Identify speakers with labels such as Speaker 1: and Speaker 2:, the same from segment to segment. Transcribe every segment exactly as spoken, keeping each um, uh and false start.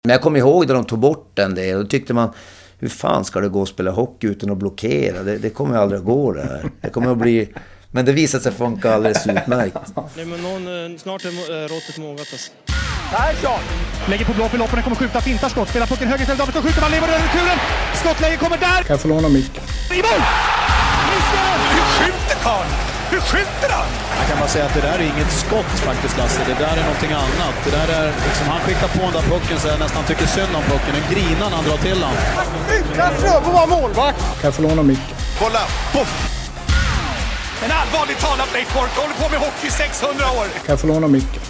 Speaker 1: Men jag kommer ihåg när de tog bort den del. Då tyckte man, hur fan ska det gå att spela hockey utan att blockera? Det, det kommer aldrig att gå det här. Det kommer att bli... Men det visade sig funka alldeles utmärkt.
Speaker 2: Nej, men någon, snart är råttet mogat alltså.
Speaker 3: Persson! Lägger på blå för loppen, kommer skjuta, fintar skott. Spelar pucken höger istället, Davidsson skjuter, man lever över returen. Skottläge kommer där!
Speaker 4: Kan jag få låna micken?
Speaker 3: I mål! Hur skjuter han? Hur skjuter han?
Speaker 5: Jag kan bara säga att det där är inget skott faktiskt, Lasse. Det där är någonting annat. Det där är liksom, han skickar på den där pucken så jag nästan tycker synd om pucken. En grinan han drar till han.
Speaker 3: Utan Fröbo var målvakt!
Speaker 4: Kan jag få låna micken?
Speaker 3: Kolla! Poff! En allvarlig talat Leif Boork håller på med hockey i sexhundra år.
Speaker 4: Kan jag få låna micken?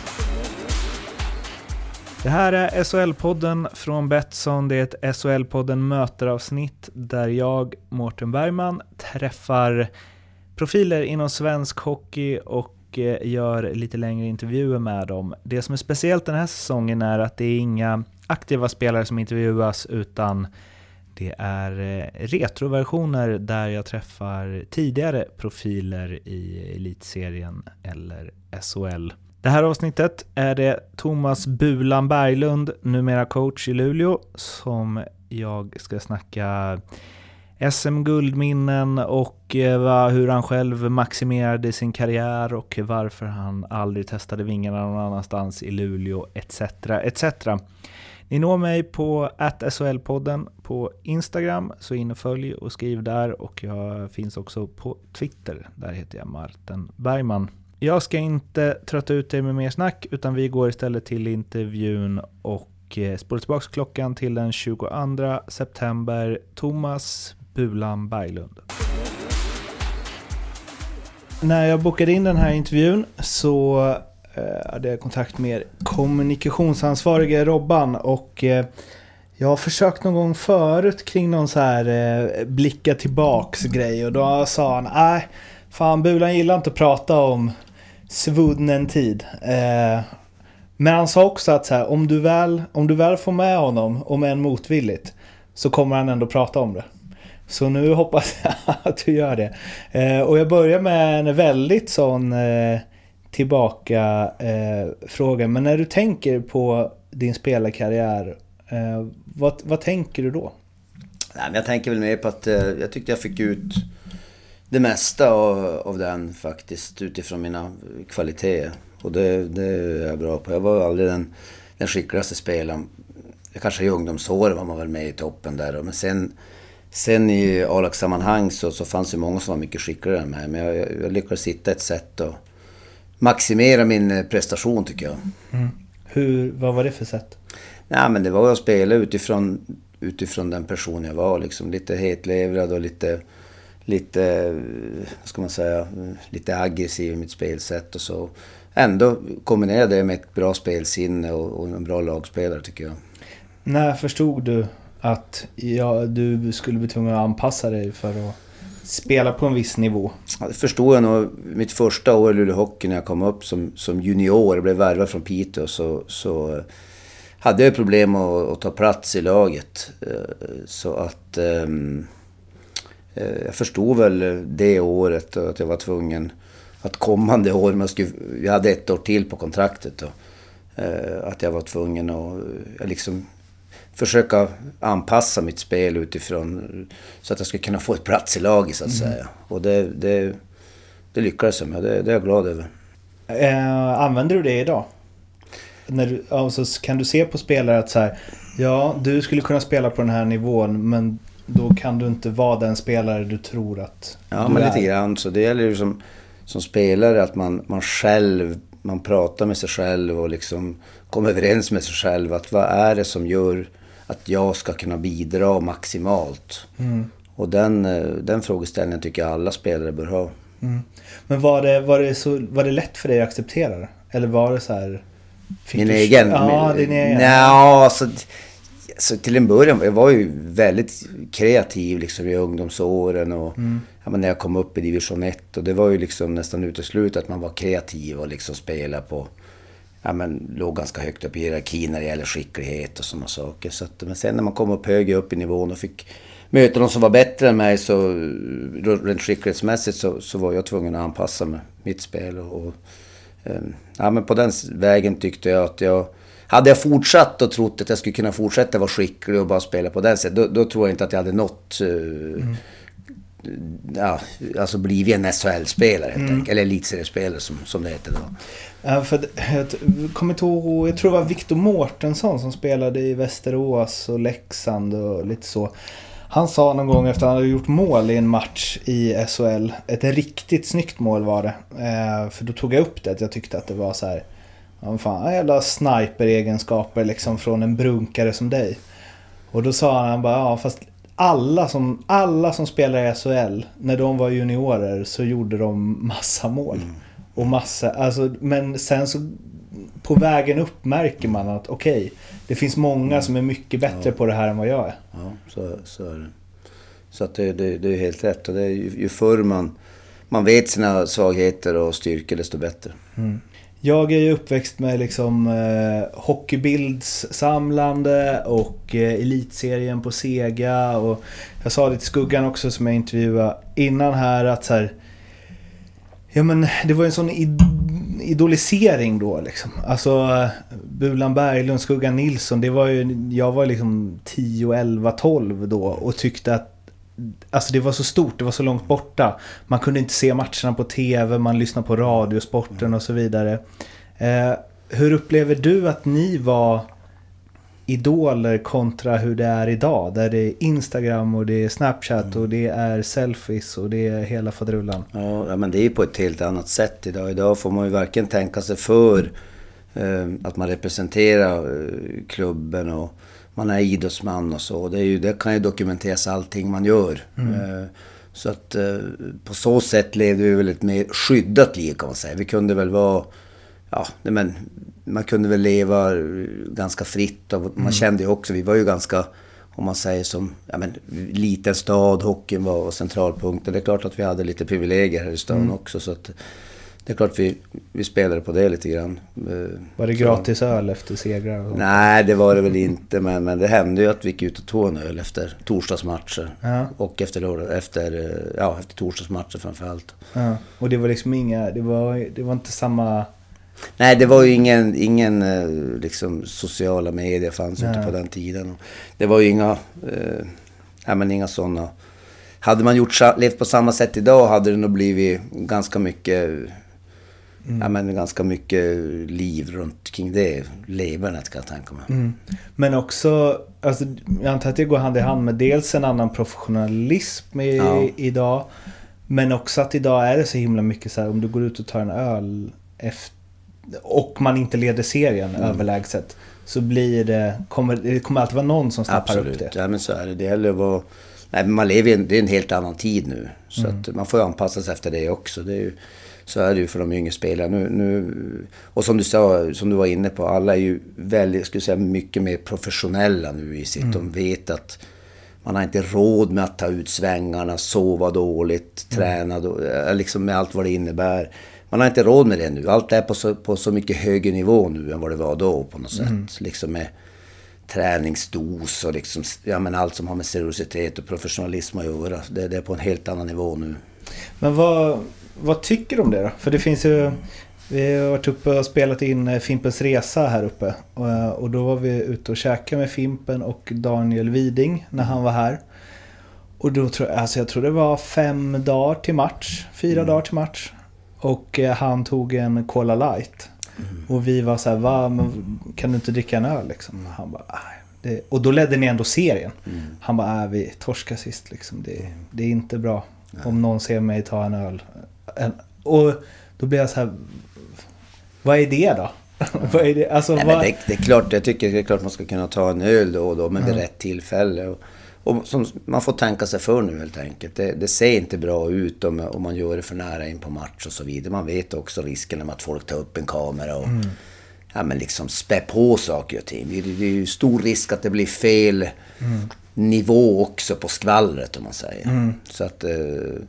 Speaker 6: Det här är S H L-podden från Betsson. Det är ett S H L-podden möteravsnitt där jag, Mårten Bergman, träffar profiler inom svensk hockey och gör lite längre intervjuer med dem. Det som är speciellt den här säsongen är att det är inga aktiva spelare som intervjuas, utan det är retroversioner där jag träffar tidigare profiler i elitserien eller S H L. Det här avsnittet är det Thomas Bulan Berglund, numera coach i Luleå, som jag ska snacka S M-guldminnen och hur han själv maximerade sin karriär och varför han aldrig testade vingarna någon annanstans i Luleå, et cetera et cetera. Ni når mig på at S H L-podden på Instagram, så in och följ och skriv där, och jag finns också på Twitter, där heter jag Martin Bergman. Jag ska inte trötta ut dig med mer snack, utan vi går istället till intervjun och spolar tillbaka klockan till den tjugoandra september. Thomas Bulan Berglund. När jag bokade in den här intervjun så eh, hade jag kontakt med kommunikationsansvarige Robban, och eh, jag har försökt någon gång förut kring någon så här eh, blicka tillbaks grej, och då sa han, nej fan, Bulan gillar inte att prata om svunnen tid. Eh, men han sa också att så här, om, du väl, om du väl får med honom, om än motvilligt, så kommer han ändå prata om det. Så nu hoppas jag att du gör det. Eh, och jag börjar med en väldigt sån eh, tillbaka eh, fråga. Men när du tänker på din spelarkarriär, eh, vad, vad tänker du då?
Speaker 1: Nej, men jag tänker väl mer på att eh, jag tyckte jag fick ut det mesta av, av den faktiskt utifrån mina kvaliteter. Och det, det är jag bra på. Jag var aldrig den, den skickligaste spelaren. Jag kanske i ungdomsåret var man väl med i toppen där. Men sen, sen i A-lagssammanhang så, så fanns det många som var mycket skickligare än mig. Men jag, jag lyckades hitta ett sätt att maximera min prestation, tycker jag.
Speaker 6: Mm. Hur, vad var det för sätt?
Speaker 1: Nej, men det var att spela utifrån, utifrån den person jag var. Liksom, lite hetlevrad och lite... lite, vad ska man säga, lite aggressiv i mitt spelsätt, och så ändå kombinera det med ett bra spelsinne och, och en bra lagspelare, tycker jag.
Speaker 6: När förstod du att ja, du skulle bli tvungen att anpassa dig för att spela på en viss nivå?
Speaker 1: Ja, det förstod jag nog mitt första år i Luleå Hockey när jag kom upp som, som junior och blev värvad från Piteå, så, så hade jag problem att, att ta plats i laget. Så att um, jag förstod väl det året att jag var tvungen att kommande år, man skulle, jag hade ett år till på kontraktet, och, att jag var tvungen att jag liksom försöka anpassa mitt spel utifrån så att jag skulle kunna få ett plats i laget, så att säga. Mm. Och det, det, det lyckades jag med, det, det är jag glad över.
Speaker 6: Eh, använder du det idag? När du, alltså, kan du se på spelare att så här, ja, du skulle kunna spela på den här nivån, men då kan du inte vara den spelare du tror att
Speaker 1: ja,
Speaker 6: du
Speaker 1: men
Speaker 6: är.
Speaker 1: Lite grann. Så det gäller ju som, som spelare att man, man själv, man pratar med sig själv och liksom kommer överens med sig själv att vad är det som gör att jag ska kunna bidra maximalt. Mm. Och den, den frågeställningen tycker jag alla spelare bör ha.
Speaker 6: Mm. Men var det, var, det så, var det lätt för dig att acceptera det? Eller var det så här...
Speaker 1: Min egen?
Speaker 6: Ja, din egen.
Speaker 1: Nja, så... Så till en början, jag var ju väldigt kreativ liksom i ungdomsåren och mm. ja, men när jag kom upp i division ett, och det var ju liksom nästan uteslutet att man var kreativ och liksom spela på, ja men låg ganska högt upp i hierarkin när det gäller skicklighet och sådana saker. Så att, men sen när man kom upp högre upp i nivån och fick möta någon som var bättre än mig, så rent skicklighetsmässigt så, så var jag tvungen att anpassa med mitt spel och, och ja, men på den vägen tyckte jag att jag hade jag fortsatt och trott att jag skulle kunna fortsätta vara skicklig och bara spela på den sättet, då, då tror jag inte att jag hade nått uh, mm. ja, alltså blivit en S H L-spelare helt mm. enkelt, eller elitseriespelare som, som det heter då.
Speaker 6: Ja, för jag kommer inte ihåg, jag tror det var Victor Mårtensson som spelade i Västerås och Leksand och lite så. Han sa någon gång efter att han hade gjort mål i en match i S H L, ett riktigt snyggt mål var det, eh, för då tog jag upp det att jag tyckte att det var så här, ja, fan, jävla sniper-egenskaper liksom från en brunkare som dig. Och då sa han bara, ja fast alla som, alla som spelar i S H L, när de var juniorer så gjorde de massa mål. Mm. Och massa, alltså, men sen så på vägen upp märker man att okej, okay, det finns många mm. som är mycket bättre ja. på det här än vad jag är.
Speaker 1: Ja, så, så är det. Så att det, det, det är helt rätt. Och det är ju, ju förr man, man vet sina svagheter och styrkor, desto bättre.
Speaker 6: Mm. Jag är ju uppväxt med liksom eh, hockeybildssamlande och eh, elitserien på Sega, och jag sa det till Skuggan också som jag intervjuade innan här att så här, ja men det var en sån id- idolisering då liksom. Alltså Bulan Berglund, Skuggan Nilsson, det var ju, jag var liksom tio, elva, tolv då och tyckte att alltså det var så stort, det var så långt borta. Man kunde inte se matcherna på tv, man lyssnade på radiosporten och så vidare. Eh, hur upplever du att ni var idoler kontra hur det är idag? Där det är Instagram och det är Snapchat mm. och det är selfies och det är hela fadrullan.
Speaker 1: Ja, men det är ju på ett helt annat sätt idag. Idag får man ju verkligen tänka sig för eh, att man representerar eh, klubben och man är idrottsman och så. Det, är ju, det kan ju dokumenteras allting man gör. Mm. Eh, så att eh, på så sätt levde vi väl ett mer skyddat liv kan man säga. Vi kunde väl vara, ja, men man kunde väl leva ganska fritt. Och man mm. kände ju också, vi var ju ganska, om man säger som, ja men liten stad, hockeyn var centralpunkten. Det är klart att vi hade lite privilegier här i stan mm. också, så att det är klart vi, vi spelade på det lite grann.
Speaker 6: Var det gratis öl efter segrar?
Speaker 1: Nej, det var det väl inte, men, men det hände ju att vi gick ut och tog en öl efter torsdagsmatcher. Ja. Och efter, efter, ja, efter torsdagsmatcher framförallt.
Speaker 6: Ja. Och det var liksom inga, det var, det var inte samma...
Speaker 1: Nej, det var ju ingen, ingen liksom, sociala medier fanns inte på den tiden. Det var ju inga, eh, ja, men inga sådana. Hade man gjort, levt på samma sätt idag hade det nog blivit ganska mycket, mm. ja, men ganska mycket liv runt kring det. Levernet kan jag tänka mig.
Speaker 6: Mm. Men också, alltså, jag antar att det går hand i hand med dels en annan professionalism i, ja. idag. Men också att idag är det så himla mycket så här, om du går ut och tar en öl efter och man inte leder serien mm. överlägset, så blir det kommer, det kommer alltid vara någon som snappar
Speaker 1: Absolut.
Speaker 6: upp det.
Speaker 1: Ja, men så är det. Det gäller att vara, nej, men man lever i en, det är en helt annan tid nu. Så mm. att man får ju anpassa sig efter det också. Det är ju, så är det ju för de yngre spelarna. Nu, nu, och som du sa, som du var inne på, alla är ju väldigt, skulle säga, mycket mer professionella nu i sitt. Mm. De vet att man har inte råd med att ta ut svängarna, sova dåligt, mm. träna då, liksom med allt vad det innebär. Man har inte råd med det nu. Allt är på så, på så mycket högre nivå nu än vad det var då på något mm. sätt. Liksom med träningsdos och liksom, ja, men allt som har med seriositet och professionalism att göra. Det, det är på en helt annan nivå nu.
Speaker 6: Men vad, vad tycker du om det då? För det finns ju, vi har varit uppe och spelat in Fimpens Resa här uppe. Och, och då var vi ute och käkade med Fimpen och Daniel Widing när han var här. Och då tror alltså jag tror det var fem dagar till match. Fyra mm. dagar till match. Och eh, han tog en Cola Light. Mm. Och vi var så här, va, men kan du inte dricka en öl liksom? Mm. Han bara, det... Och då ledde ni ändå serien. Mm. Han bara, äh, vi torskar sist liksom. Det, mm. det är inte bra. Nej. Om någon ser mig ta en öl. En... Och då blir jag så här, vad är det då? vad är det? Alltså,
Speaker 1: Nej,
Speaker 6: vad...
Speaker 1: men det, det är klart, jag tycker det är klart man ska kunna ta en öl då och då, men mm. vid rätt tillfälle. Och, och som, man får tänka sig för nu helt enkelt. Det, det ser inte bra ut om, om man gör det för nära in på match och så vidare. Man vet också risken med att folk tar upp en kamera och mm. ja, men liksom spä på saker och ting. Det, det är ju stor risk att det blir fel mm. nivå också på skvallret om man säger. Mm. Så att eh,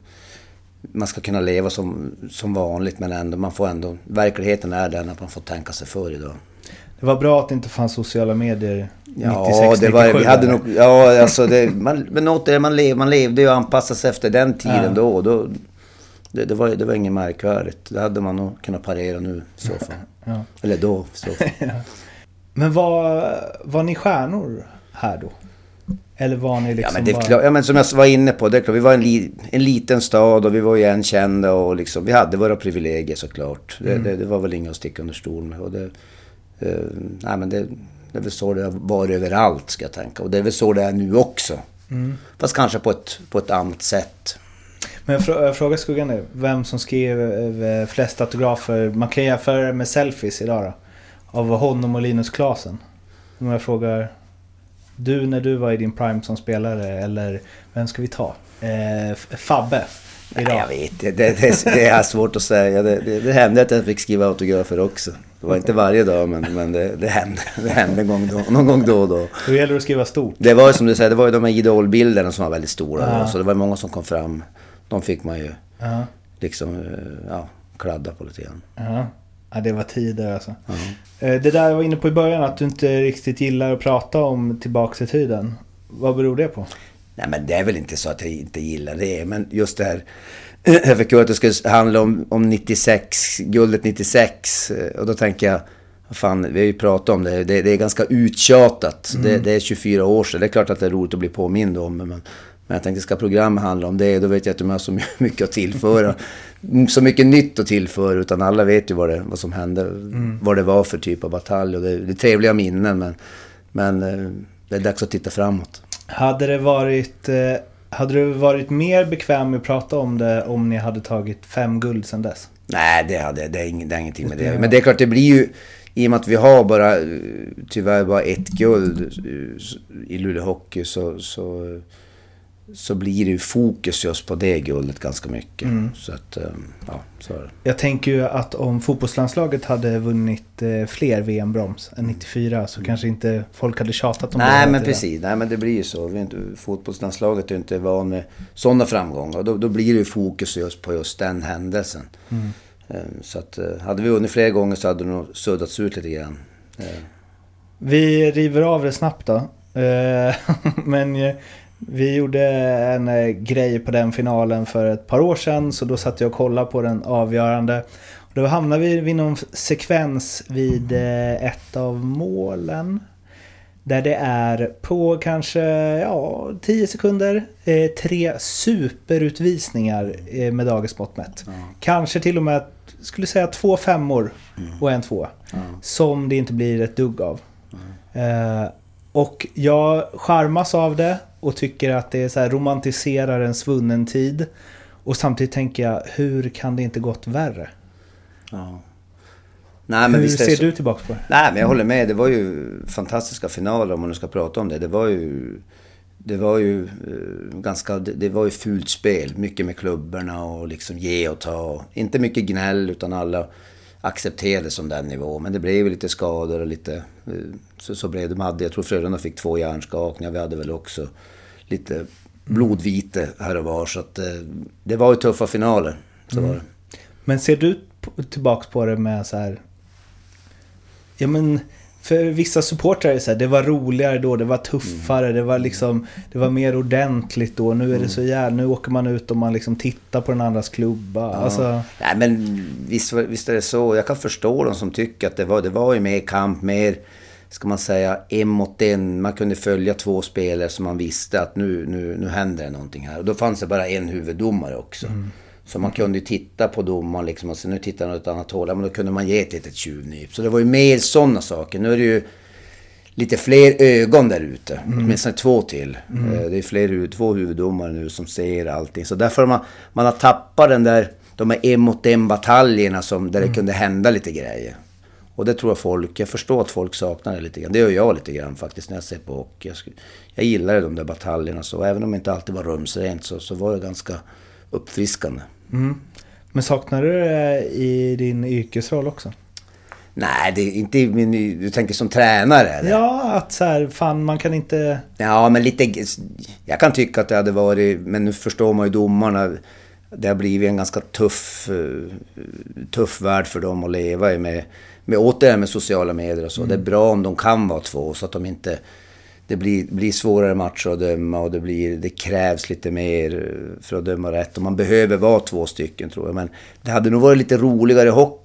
Speaker 1: man ska kunna leva som, som vanligt, men ändå, man får ändå, verkligheten är den att man får tänka sig för idag.
Speaker 6: Det var bra att det inte fanns sociala medier nittiosex,
Speaker 1: ja, det var, vi hade nog, ja, alltså det, man, men något är man, lev, man levde ju och anpassade sig efter den tiden ja. då. då det, det, var, det var inget märkvärdigt. Det hade man nog kunnat parera nu i så fall. Ja. Eller då i så fall.
Speaker 6: Men var, var ni stjärnor här då? Eller var ni liksom
Speaker 1: ja, men det är
Speaker 6: bara...
Speaker 1: klart, ja, men som jag var inne på, det är klart, vi var en, li, en liten stad och vi var igenkända och liksom, vi hade våra privilegier såklart. Det, mm. det, det var väl inget att sticka under stol med. Och det, eh, nej, men det, det är väl så det var överallt, ska jag tänka. Och det är väl så det är nu också. Mm. Fast kanske på ett, på ett annat sätt.
Speaker 6: Men jag, frå, jag frågar Skuggan nu, vem som skrev flest autografer? Man kan jämföra med selfies idag då, av honom och Linus Klasen. Om jag frågar du när du var i din prime som spelare, eller vem ska vi ta? Eh, Fabbe idag.
Speaker 1: Nej, jag vet det, det, det, det är svårt att säga. Det, det, det hände att jag fick skriva autografer också. Det var inte varje dag, men, men det, det hände, det hände en gång då, någon gång då och då.
Speaker 6: Hur gäller det att skriva stort?
Speaker 1: Det var ju som du säger, det var ju de här idolbilderna som var väldigt stora.
Speaker 6: Ja.
Speaker 1: Då, så det var många som kom fram. De fick man ju
Speaker 6: ja.
Speaker 1: liksom ja, kladda på lite grann.
Speaker 6: Ja. Ja, det var tider alltså.
Speaker 1: Ja.
Speaker 6: Det där jag var inne på i början, att du inte riktigt gillar att prata om tillbaka i tiden. Vad beror det på?
Speaker 1: Nej, men det är väl inte så att jag inte gillar det. Men just det här, jag fick att det skulle handla om, om nittiosex, guldet nittiosex. Och då tänker jag, vad fan, vi har ju pratat om det. Det, det är ganska uttjatat. Mm. Det, det är tjugofyra år sedan. Det är klart att det är roligt att bli påmind om. Men, men jag tänkte, ska programmet handla om det? Då vet jag att de har så mycket att tillföra. Så mycket nytt att tillföra. Utan alla vet ju vad, det, vad som hände. Mm. Vad det var för typ av batalj. Och det, det är trevliga minnen. Men, men det är dags att titta framåt.
Speaker 6: Hade det varit, hade du varit mer bekväm med att prata om det om ni hade tagit fem guld sedan dess?
Speaker 1: Nej, det, hade, det, är, ing, det är ingenting med det. Men det är klart, det blir ju, i och med att vi har bara, tyvärr bara ett guld i Luleå Hockey, så, så, så blir det ju fokus just på det guldet ganska mycket. Mm. Så att, ja, så är det.
Speaker 6: Jag tänker ju att om fotbollslandslaget hade vunnit fler V M-broms än nittiofyra, så mm. kanske inte folk hade tjatat om
Speaker 1: Nej,
Speaker 6: det.
Speaker 1: Nej, men precis. Nej, men det blir ju så. Vi är inte, fotbollslandslaget är inte van med sådana framgångar. Då, då blir det ju fokus just på just den händelsen. Mm. Så att, hade vi vunnit fler gånger så hade det nog suddats ut lite grann.
Speaker 6: Vi river av det snabbt då. Men vi gjorde en grej på den finalen för ett par år sedan, så då satt jag och kollade på den avgörande. Då hamnade vi vid någon sekvens vid ett av målen där det är på kanske ja, tio sekunder eh, tre superutvisningar eh, med dagens mått mätt. Mm. Kanske till och med, skulle säga två femmor mm. och en två mm. som det inte blir ett dugg av. Mm. Eh, och jag charmas av det och tycker att det är så här, romantiserar en svunnen tid. Och samtidigt tänker jag, hur kan det inte gått värre?
Speaker 1: Ja. Nej, men
Speaker 6: hur ser
Speaker 1: så...
Speaker 6: du tillbaka på det?
Speaker 1: Nej, men jag håller med. Det var ju fantastiska finaler om man nu ska prata om det. Det var ju, det var ju uh, ganska, det, det var ju fult spel. Mycket med klubborna och liksom ge och ta. Inte mycket gnäll, utan alla accepterade som den nivå. Men det blev ju lite skador och lite, uh, så, så blev det. Hade, jag tror Frölunda fick två hjärnskakningar. Vi hade väl också lite blodvite här och var. Så att, uh, det var ju tuffa finaler. Så mm. var det.
Speaker 6: Men ser du tillbaka på det med så här... Ja, men för vissa supportrar är så här, det var roligare då, det var tuffare, mm. det var liksom, det var mer ordentligt då. Nu är det så jävla, nu åker man ut och man liksom tittar på den andras klubba. Ja. Alltså...
Speaker 1: Nej, men visst, visst är det så. Jag kan förstå de som tycker att det var, det var ju mer kamp, mer, ska man säga, en mot en. Man kunde följa två spelare som man visste att nu, nu, nu händer det någonting här. Och då fanns det bara en huvuddomare också. Mm. Så man kunde ju titta på domaren liksom, och sen nu tittar något annat håll, men då kunde man ge ett litet tjuvnyp. Så det var ju mer sådana saker. Nu är det ju lite fler ögon där ute, mm. åtminstone två till. Mm. Det är fler, två huvuddomare nu som ser allting. Så därför har man, man har tappat den där, de här en mot en bataljerna som, där mm. det kunde hända lite grejer. Och det tror jag folk, jag förstår att folk saknar det lite grann. Det gör jag lite grann faktiskt när jag ser på hockey. Jag, jag gillade de där bataljerna, så även om det inte alltid var rumsrent så, så var det ganska uppfriskande.
Speaker 6: Mm. Men saknar du det i din yrkesroll också?
Speaker 1: Nej, det är inte min, du tänker som tränare eller?
Speaker 6: Ja, att så här, fan man kan inte...
Speaker 1: Ja, men lite, jag kan tycka att det hade varit, men nu förstår man ju domarna, det har blivit en ganska tuff tuff värld för dem att leva i med, med återigen med sociala medier och så. Mm. Det är bra om de kan vara två, så att de inte... Det blir, blir svårare matcher att döma och det, blir, det krävs lite mer för att döma rätt. Och man behöver vara två stycken, tror jag. Men det hade nog varit lite roligare hockey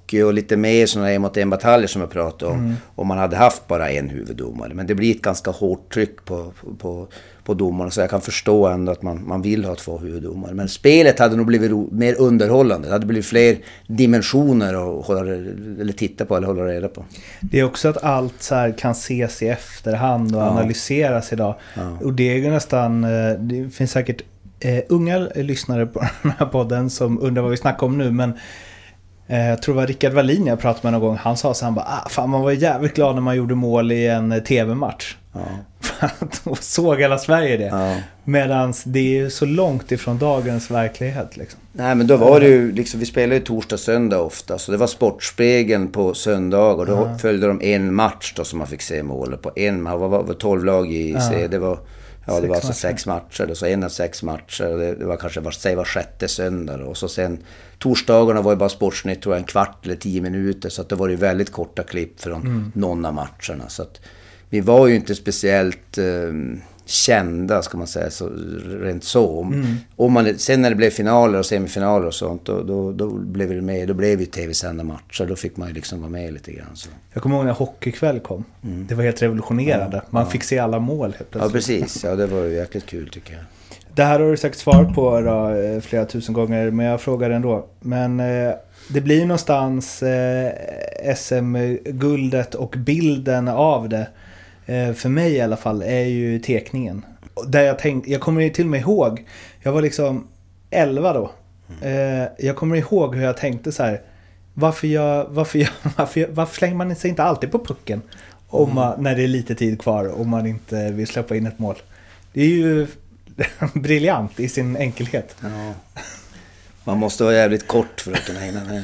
Speaker 1: hockey och lite mer sådana en mot en bataljer som jag pratade om. Mm. Om man hade haft bara en huvuddomare. Men det blir ett ganska hårt tryck på, på, på domarna. Så jag kan förstå ändå att man, man vill ha två huvuddomare. Men spelet hade nog blivit ro, mer underhållande. Det hade blivit fler dimensioner att hålla, eller titta på eller hålla reda på.
Speaker 6: Det är också att allt så här kan ses i efterhand och ja. analyseras idag. Ja. Och det är ju nästan, det finns säkert eh, unga lyssnare på den här podden som undrar vad vi snackar om nu. Men eh, jag tror det var Rickard Wallin jag pratade med någon gång. Han sa så han bara, ah, fan man var jävligt glad när man gjorde mål i en tv-match. Ja. Då såg alla Sverige det. Ja. Medan det är ju så långt ifrån dagens verklighet liksom.
Speaker 1: Nej, men då var det ju liksom, vi spelade ju torsdag söndag ofta, så det var Sportspegeln på söndag och då ja. följde de en match då som man fick se mål på. En, man var, var tolv lag i ja. C, det var ja, det sex var alltså matcher. sex matcher, då, så en av sex matcher, det, det var kanske var, säg var sjätte söndag då. Och så sen torsdagarna var ju bara Sportsnytt, tror jag, en kvart eller tio minuter, så att det var ju väldigt korta klipp från mm. någon av matcherna, så att vi var ju inte speciellt eh, kända, ska man säga, så, rent så. Mm. Om man, sen när det blev finaler och semifinaler och sånt, då, då, då blev det med, då blev det tv-sända matcher, då fick man ju liksom vara med lite grann. Så.
Speaker 6: Jag kommer ihåg när hockeykväll kom. Mm. Det var helt revolutionerande. Man ja. fick se alla mål helt plötsligt.
Speaker 1: Ja, precis. Ja, det var ju jäkligt kul tycker jag.
Speaker 6: Det här har du säkert svarat på då, flera tusen gånger, men jag frågar ändå. Men eh, det blir någonstans eh, S M-guldet och bilden av det. För mig i alla fall är ju tekningen. Där jag tänkte, jag kommer till mig ihåg, jag var liksom elva då. Mm. Jag kommer ihåg hur jag tänkte så här, varför jag, varför jag, varför, jag, varför slänger man sig inte alltid på pucken om man, mm. när det är lite tid kvar om man inte vill släppa in ett mål. Det är ju briljant i sin enkelhet.
Speaker 1: Ja. Man måste vara jävligt kort för att kunna hinna med.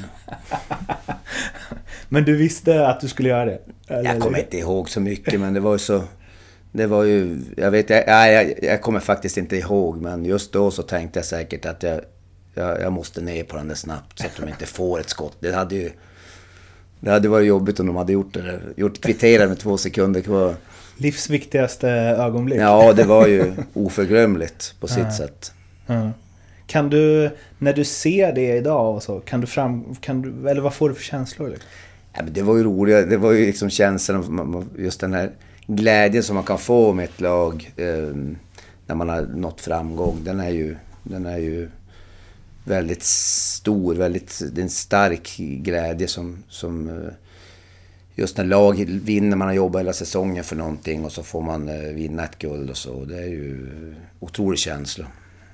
Speaker 6: Men du visste att du skulle göra det?
Speaker 1: Eller? Jag kommer inte ihåg så mycket, men det var ju så... Det var ju... Jag vet, jag, jag, jag kommer faktiskt inte ihåg, men just då så tänkte jag säkert att jag, jag, jag måste ner på den där snabbt så att de inte får ett skott. Det hade ju... Det hade varit jobbigt om de hade gjort det. Gjort kvittera med två sekunder kvar.
Speaker 6: Livsviktigaste ögonblick.
Speaker 1: Ja, det var ju oförglömligt på sitt
Speaker 6: mm.
Speaker 1: sätt.
Speaker 6: Mm. Kan du, när du ser det idag och så, kan du fram, kan du, eller vad får du för känslor? Liksom?
Speaker 1: Ja, men det var ju roligt, det var ju liksom känslan, just den här glädjen som man kan få med ett lag eh, när man har nått framgång, den är ju, den är ju väldigt stor, väldigt, det är en stark glädje som, som eh, just när lag vinner, man har jobbat hela säsongen för någonting och så får man eh, vinna ett guld och så, det är ju otrolig känsla.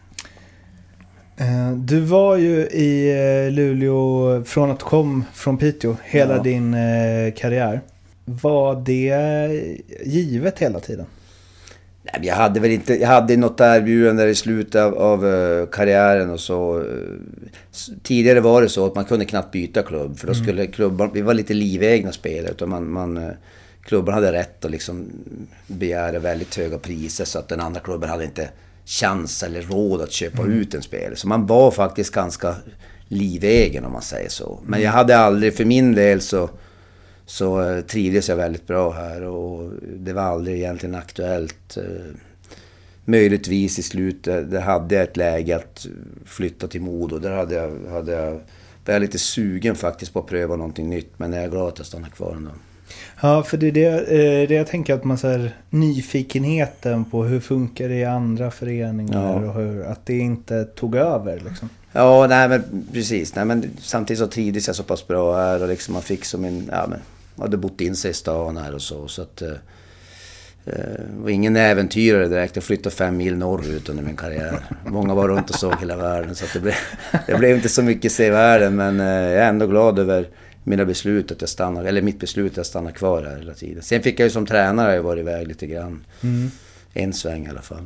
Speaker 6: Du var ju i Luleå från att du kom från Piteå hela ja. din karriär. Var det givet hela tiden?
Speaker 1: Nej, jag hade väl inte, jag hade något erbjudande i slutet av, av karriären och så. Tidigare var det så att man kunde knappt byta klubb, för då skulle mm. klubban, vi var lite livegna spelare, utan man, man klubban hade rätt att liksom begära väldigt höga priser, så att den andra klubben hade inte chans eller råd att köpa mm. ut en spelare. Så man var faktiskt ganska livegen, om man säger så. Men jag hade aldrig, för min del så, så trivdes jag väldigt bra här, och det var aldrig egentligen aktuellt. Möjligtvis i slutet, där hade jag ett läge att flytta till Modo. Där hade jag, hade jag, var jag lite sugen faktiskt på att pröva någonting nytt, men jag är glad att jag stannar kvar ändå.
Speaker 6: Ja, för det är det, det jag tänker, att man så här, nyfikenheten på hur funkar det i andra föreningar, ja. och hur, att det inte tog över liksom.
Speaker 1: Ja, nej men precis. Nej, men samtidigt så trivdes jag så pass bra här, och liksom man fick som en, ja men, man hade bott in sig i stan här och så, så att eh, det var ingen äventyrare direkt. Jag flyttade fem mil norrut under min karriär. Många var runt och såg hela världen, så att det blev, det blev inte så mycket se världen, men eh, jag är ändå glad över mina beslut att jag stannar, eller mitt beslut att jag stannar kvar här hela tiden. Sen fick jag ju som tränare, jag var iväg lite grann. Mm. En sväng i alla fall.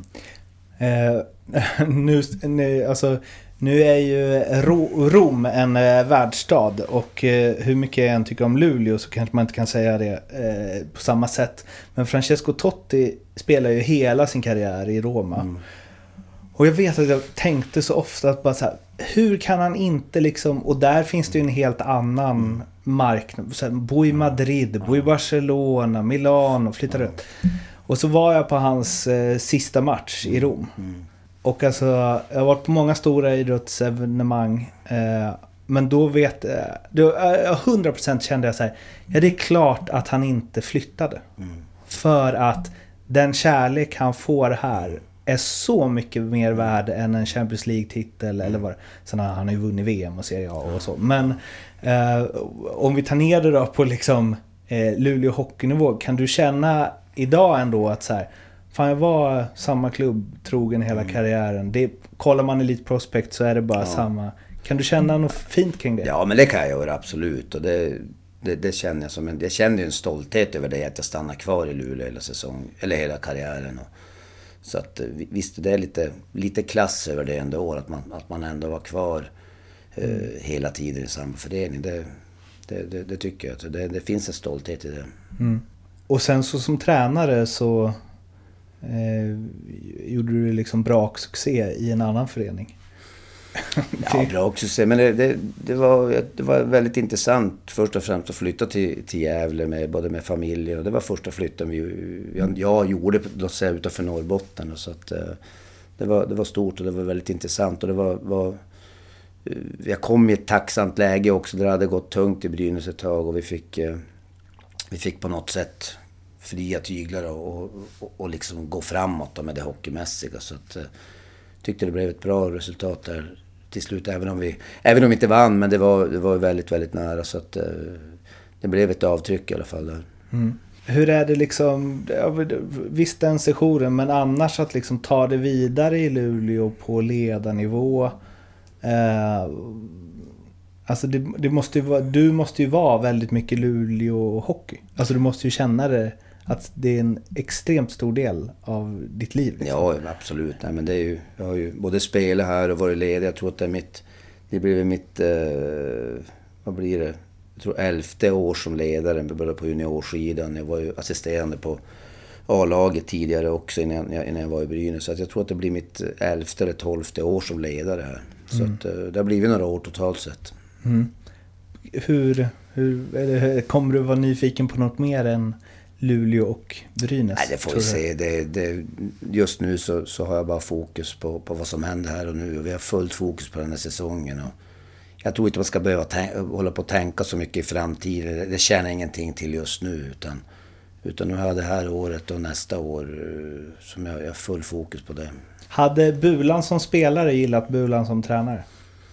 Speaker 6: Eh, nu, nu, alltså, nu är ju Rom en eh, världsstad, och eh, hur mycket jag än tycker om Luleå så kanske man inte kan säga det eh, på samma sätt. Men Francesco Totti spelar ju hela sin karriär i Roma. Mm. Och jag vet att jag tänkte så ofta att bara så här, hur kan han inte liksom, och där finns det ju en helt annan mm. marknad, så här, bo i Madrid, bo i Barcelona, Milano, flytta runt. Och så var jag på hans eh, sista match i Rom. Mm. Och alltså, jag har varit på många stora idrottsevenemang, eh, Men då vet då, hundra procent kände jag så här, ja det är klart att han inte flyttade. Mm. För att den kärlek han får här är så mycket mer värd än en Champions League-titel eller vad. Sen har han ju vunnit V M och Serie A och så. Men eh, om vi tar ner det då på liksom eh, Luleå hockeynivå, kan du känna idag ändå att så här, fan jag var samma klubb trogen hela mm. karriären. Det, kollar man Elite Prospect så är det bara ja. samma. Kan du känna något fint kring det?
Speaker 1: Ja, men det kan jag göra absolut. Och det, det, det känner jag som en, jag känner ju en stolthet över det att jag stannar kvar i Luleå hela säsong eller hela karriären. Och, så att visst, det är lite, lite klass över det ändå, att man, att man ändå var kvar eh, mm. hela tiden i samma förening. Det, det, det, det tycker jag. Det, det finns en stolthet i det.
Speaker 6: Mm. Och sen så som tränare så eh, gjorde du liksom bra succé i en annan förening.
Speaker 1: Ja, bra succé. Men det, det, det, var, det var väldigt intressant först och främst att flytta till, till Gävle med, både med familjen. Och det var första flytten vi, jag, jag gjorde låt säga, utanför Norrbotten. Och så att, det, var, det var stort och det var väldigt intressant. Och det var, var, jag kom i ett tacksamt läge också. Det hade gått tungt i Brynäs ett tag och vi fick, vi fick på något sätt fria tyglar och, och, och liksom gå framåt med det hockeymässiga. Så att, tyckte det blev ett bra resultat där till slut, även om vi även om vi inte vann, men det var det var väldigt väldigt nära, så att det blev ett avtryck i alla fall där.
Speaker 6: Mm. Hur är det liksom, visst den sessionen, men annars att liksom ta det vidare i Luleå på ledarnivå, eh, alltså det, det måste ju vara, du måste ju vara väldigt mycket Luleå hockey, alltså du måste ju känna det, att det är en extremt stor del av ditt liv. Liksom.
Speaker 1: Ja, absolut. Nej, men det är ju, jag har ju både spelat här och varit ledig. Jag tror att det är mitt, det blir mitt, eh, vad blir det? Jag tror elfte år som ledare. Jag började på juniorsidan. Jag var ju assisterande på A-laget tidigare också innan jag, innan jag var i Brynäs. Så att jag tror att det blir mitt elfte eller tolfte år som ledare här. Så mm. att, eh, det har blivit några år totalt sett.
Speaker 6: Mm. Hur, hur eller, kommer du vara nyfiken på något mer än Luleå och Brynäs?
Speaker 1: Nej, det får vi se. Det, det, just nu så, så har jag bara fokus på, på vad som händer här och nu. Och vi har fullt fokus på den här säsongen. Och jag tror inte man ska behöva tänka, hålla på att tänka så mycket i framtiden. Det, det känner ingenting till just nu. Utan, utan nu har jag det här året och nästa år som jag, jag har full fokus på det.
Speaker 6: Hade Bulan som spelare gillat Bulan som tränare?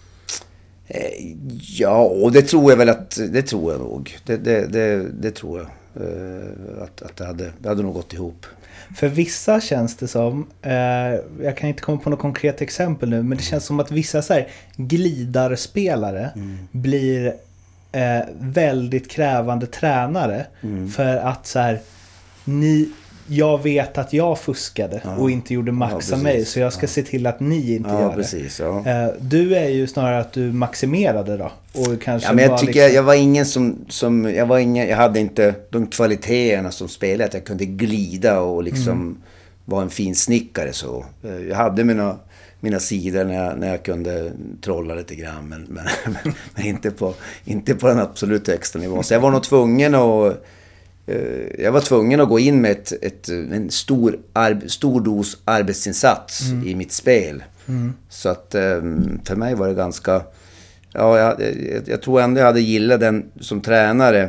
Speaker 1: Eh, ja, och det tror jag väl att... Det tror jag nog. Det, det, det, det tror jag. Att, att det, hade, det hade nog gått ihop.
Speaker 6: För vissa känns det som, eh, jag kan inte komma på något konkret exempel nu, men det känns som att vissa så här glidarspelare mm. blir eh, väldigt krävande tränare mm. för att så här, ni, jag vet att jag fuskade ja. och inte gjorde max ja, av mig, så jag ska ja. se till att ni inte
Speaker 1: ja,
Speaker 6: gör
Speaker 1: precis,
Speaker 6: det.
Speaker 1: Ja.
Speaker 6: Eh, du är ju snarare att du maximerade då. Och kanske
Speaker 1: ja, men jag
Speaker 6: var
Speaker 1: tycker
Speaker 6: liksom...
Speaker 1: jag, jag var ingen som, som jag var ingen, jag hade inte de kvaliteterna som spelare att jag kunde glida och liksom mm. vara en fin snickare så. Jag hade mina mina sidor när jag, när jag kunde trolla lite grann, men, men, men, men inte på inte på den absolut högsta nivån. Så jag var nog tvungen att jag var tvungen att gå in med ett, ett, en stor, arb, stor dos arbetsinsats mm. i mitt spel. Mm. Så att för mig var det ganska... Ja, jag, jag, jag tror ändå jag hade gillat den som tränare.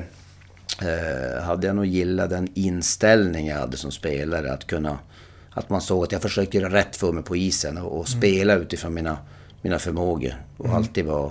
Speaker 1: Eh, hade jag nog gillat den inställning jag hade som spelare. Att kunna... Att man såg att jag försökte göra rätt för mig på isen och, och spela mm. utifrån mina, mina förmågor. Och mm. alltid var...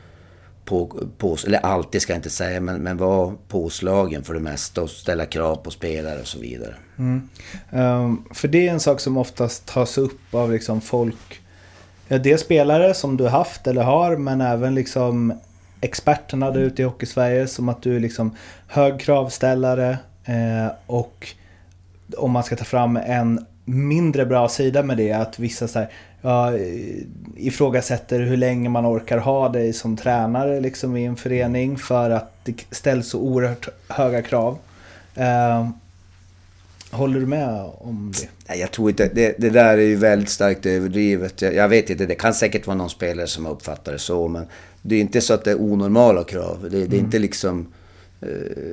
Speaker 1: På, på, eller alltid ska jag inte säga, men, men var påslagen för det mesta och ställa krav på spelare och så vidare.
Speaker 6: Mm. Um, för det är en sak som oftast tas upp av liksom folk, ja, det är spelare som du haft eller har, men även liksom experterna där ute i Hockeysverige, som att du är liksom hög kravställare eh, och om man ska ta fram en mindre bra sida med det, att vissa så här, ja, ifrågasätter hur länge man orkar ha dig som tränare liksom i en förening, för att det ställs så oerhört höga krav. Eh, håller du med om det?
Speaker 1: Nej, jag tror inte, det, det där är ju väldigt starkt överdrivet. Jag, jag vet inte, det kan säkert vara någon spelare som uppfattar det så, men det är inte så att det är onormala krav. Det, det är mm. inte liksom eh,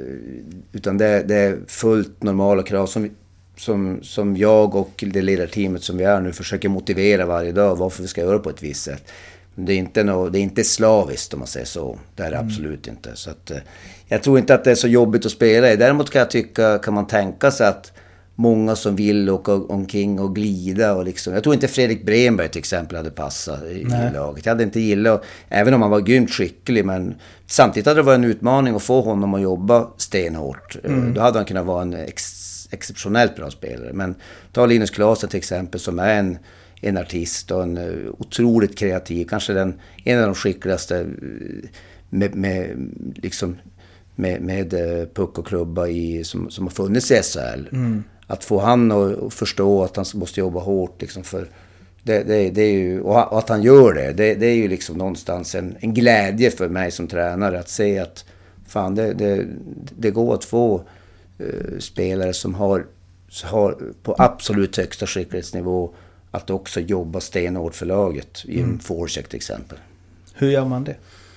Speaker 1: utan det, det är fullt normala krav som Som, som jag och det ledarteamet som vi är nu försöker motivera varje dag varför vi ska göra på ett visst sätt. Det är inte, no, det är inte slaviskt om man säger så. Det är det mm. absolut inte. Så att, jag tror inte att det är så jobbigt att spela i. Däremot kan jag tycka, kan man tänka sig att många som vill åka omkring och glida och liksom, jag tror inte Fredrik Bremberg till exempel hade passat i, i laget. Jag hade inte gillat, även om han var grymt skicklig, men samtidigt hade det varit en utmaning att få honom att jobba stenhårt. Mm. Då hade han kunnat vara en ex, exceptionellt bra spelare. Men ta Linus Klasen till exempel, som är en, en artist och en otroligt kreativ, kanske den, en av de skickligaste med, med liksom med, med puck och klubba i, som, som har funnits i S H L. Mm. Att få han att förstå att han måste jobba hårt liksom, för det, det, det är ju, och att han gör det, det, det är ju liksom någonstans en, en glädje för mig som tränare att se att fan, det, det, det går att få uh, spelare som har, har på absolut högsta skicklighetsnivå att också jobba stenhårt för laget i en mm. forecheck till exempel.
Speaker 6: Hur gör man det?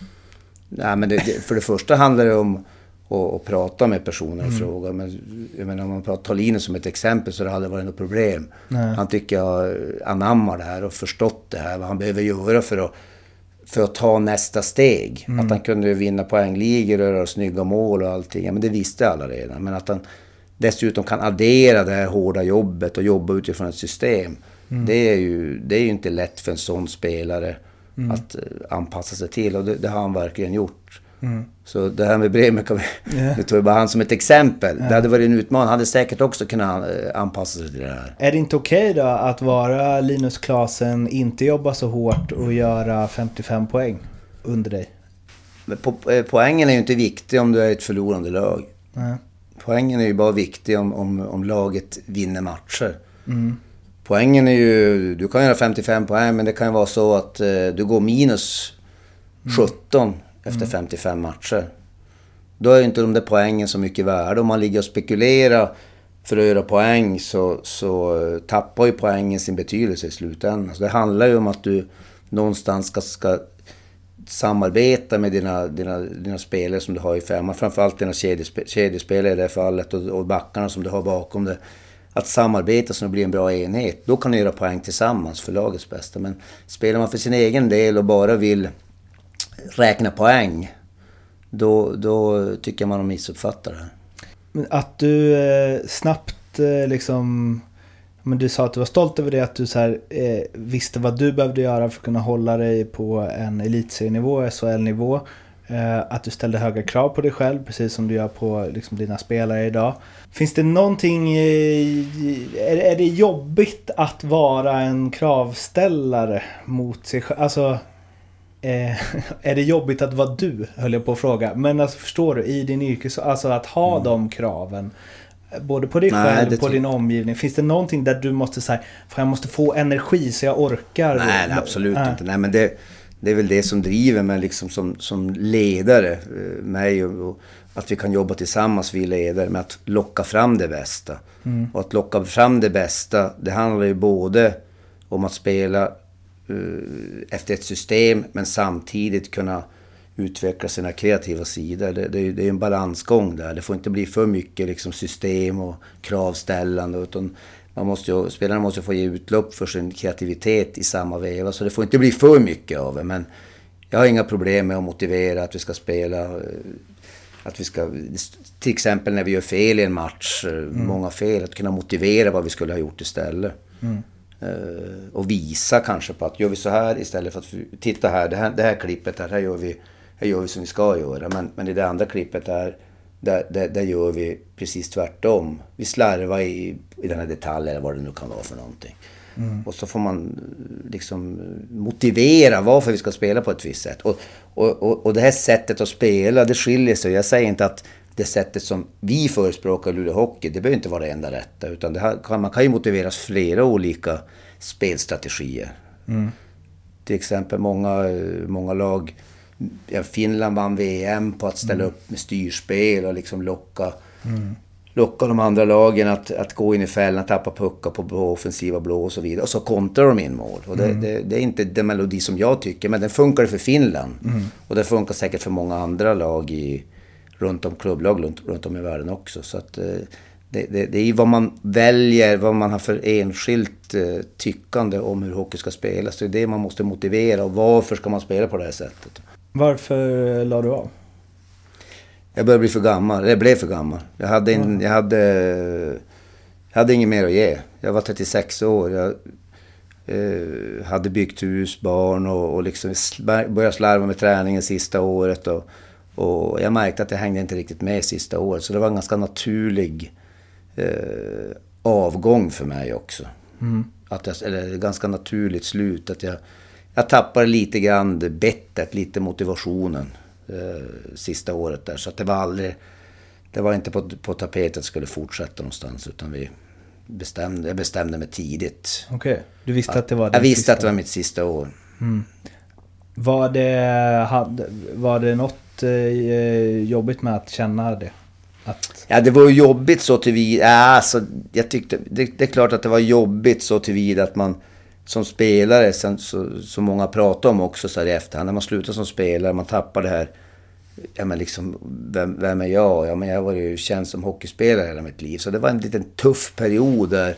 Speaker 1: Nej, men det, det, för det första handlar det om och, och prata med personer och mm. fråga. Men jag menar, om man pratar Linus som ett exempel så det hade varit något problem. Nej. Han tycker jag anammar det här och förstått det här. Vad han behöver göra för att, för att ta nästa steg. Mm. Att han kunde vinna poängligor och göra snygga mål och allting. Ja, men det visste alla redan. Men att han dessutom kan addera det här hårda jobbet och jobba utifrån ett system. Mm. Det, är ju, det är ju inte lätt för en sån spelare mm. att anpassa sig till. Och det, det har han verkligen gjort. Mm. Så det här med Bremer kan vi, yeah. det tog jag bara han som ett exempel. Yeah. Det hade varit en utmaning. Han hade säkert också kunnat anpassa sig till det här.
Speaker 6: Är det inte okej okay då att vara Linus Klasen, inte jobba så hårt och göra femtiofem poäng under dig?
Speaker 1: Men po- poängen är ju inte viktig om du är ett förlorande lag. Mm. Poängen är ju bara viktig om, om, om laget vinner matcher. Mm. Poängen är ju, du kan göra femtiofem poäng, men det kan ju vara så att eh, du går minus sjutton mm. efter femtiofem matcher. Då är ju inte de där poängen så mycket värde. Om man ligger och spekulerar för att göra poäng så, så tappar ju poängen sin betydelse i slutändan. Så det handlar ju om att du någonstans ska, ska samarbeta med dina, dina, dina spelare som du har i femman. Framförallt dina kedjespe, kedjespelare i det här fallet och, och backarna som du har bakom det. Att samarbeta så det blir en bra enhet. Då kan du göra poäng tillsammans för lagets bästa. Men spelar man för sin egen del och bara vill räkna poäng, då, då tycker jag man har missuppfattat det.
Speaker 6: Men att du eh, snabbt eh, liksom, men du sa att du var stolt över det, att du så här, eh, visste vad du behövde göra för att kunna hålla dig på en elitserienivå, S H L-nivå. Eh, att du ställde höga krav på dig själv, precis som du gör på liksom, dina spelare idag. Finns det någonting, eh, är, är det jobbigt att vara en kravställare mot sig själv? Alltså, Eh, är det jobbigt att vara du, höll jag på att fråga. Men alltså, förstår du, i din yrkes, alltså att ha mm. de kraven både på dig Nej, själv och på din omgivning. Finns det någonting där du måste säga, för jag måste få energi så jag orkar?
Speaker 1: Nej, nej absolut äh. inte. Nej, men det, det är väl det som driver mig liksom som, som ledare, mig och, och att vi kan jobba tillsammans, vi ledare, med att locka fram det bästa. Mm. Och att locka fram det bästa, det handlar ju både om att spela efter ett system men samtidigt kunna utveckla sina kreativa sidor. Det, det, det är en balansgång där. Det får inte bli för mycket liksom system och kravställande, utan man måste ju, spelarna måste få ge utlopp för sin kreativitet i samma veva, så det får inte bli för mycket av det. Men jag har inga problem med att motivera att vi ska spela, att vi ska, till exempel när vi gör fel i en match, mm. många fel, att kunna motivera vad vi skulle ha gjort istället. Mm. Och visa kanske på att gör vi så här istället för att titta här, det här, det här klippet här, här gör vi, här gör vi som vi ska göra, men, men i det andra klippet där, där, där, där gör vi precis tvärtom. Vi slarvar i, i den här detaljen eller vad det nu kan vara för någonting. Mm. Och så får man liksom motivera varför vi ska spela på ett visst sätt. Och, och, och, och det här sättet att spela, det skiljer sig. Jag säger inte att det sättet som vi förespråkar i Luleå Hockey, det behöver inte vara det enda rätta, utan det här kan, man kan ju motiveras flera olika spelstrategier. Mm. Till exempel många, många lag, ja, Finland vann V M på att ställa mm. upp med styrspel och liksom locka, mm. locka de andra lagen att, att gå in i fällan, tappa puckar på, på offensiva blå och så vidare. Och så kontrar de in mål. Och det, mm. det, det är inte den melodi som jag tycker, men den funkar för Finland. Mm. Och det funkar säkert för många andra lag i runt om klubblag runt, runt om i världen också. Så att, det, det, det är vad man väljer, vad man har för enskilt eh, tyckande om hur hockey ska spelas. Det är det man måste motivera, och varför ska man spela på det här sättet.
Speaker 6: Varför la du av?
Speaker 1: Jag började bli för gammal, jag blev för gammal. Jag hade, en, jag hade, jag hade inget mer att ge. Jag var trettiosex år, jag eh, hade byggt hus, barn och, och liksom började slarva med träningen sista året. Och, och jag märkte att jag hängde inte riktigt med sista året, så det var en ganska naturlig eh, avgång för mig också. Mm. Att jag, eller ganska naturligt slut, att jag, jag tappade lite grann bettet, lite motivationen eh, sista året där, så att det var aldrig, det var inte på, på tapetet att skulle fortsätta någonstans, utan vi bestämde, jag bestämde mig tidigt.
Speaker 6: Okej, okay. Du visste att det var
Speaker 1: Jag visste sista. att det var mitt sista år.
Speaker 6: Mm. Var det, hade, var det något eh, jobbigt med att känna det? Att...
Speaker 1: Ja, det var ju jobbigt så tillvida. Ja, alltså, jag tyckte, det, det är klart att det var jobbigt så tillvida att man som spelare, sen, så, så många pratar om också så här i efterhand, när man slutar som spelare, man tappar det här, ja men liksom, vem, vem är jag? Ja, men jag var ju känd som hockeyspelare hela mitt liv, så det var en liten tuff period där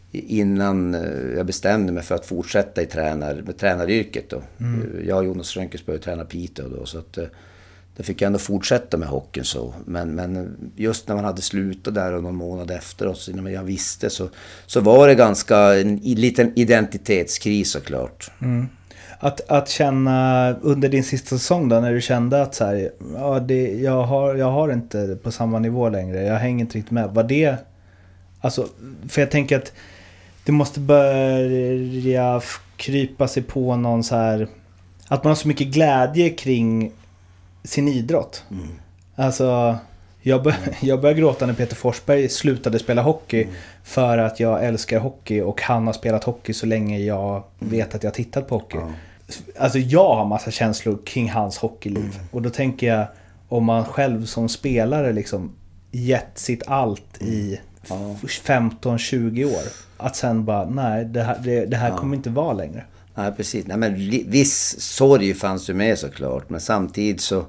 Speaker 1: innan jag bestämde mig för att fortsätta i tränar, med tränaryrket då. Mm. Jag och Jonas Rönkes började träna Piteå då, så att det fick jag ändå fortsätta med hockeyn så. Men, men just när man hade slutat där och någon månad efter oss, innan jag visste, så, så var det ganska en liten identitetskris såklart.
Speaker 6: Mm. Att, att känna under din sista säsong då, när du kände att så här, ja, det, jag, har, jag har inte på samma nivå längre, jag hänger inte riktigt med. Var det, alltså, för jag tänker att det måste börja krypa sig på någon så här, att man har så mycket glädje kring sin idrott. Mm. Alltså jag, bör, jag började gråta när Peter Forsberg slutade spela hockey mm. för att jag älskar hockey och han har spelat hockey så länge jag vet att jag har tittat på hockey. Mm. Alltså jag har massa känslor kring hans hockeyliv. Mm. Och då tänker jag, om man själv som spelare liksom gett sitt allt i mm. femton tjugo år, att sen bara, nej, det här, det, det här mm. kommer inte vara längre.
Speaker 1: Nej, precis. Nej, men viss sorg fanns ju med såklart. Men samtidigt så,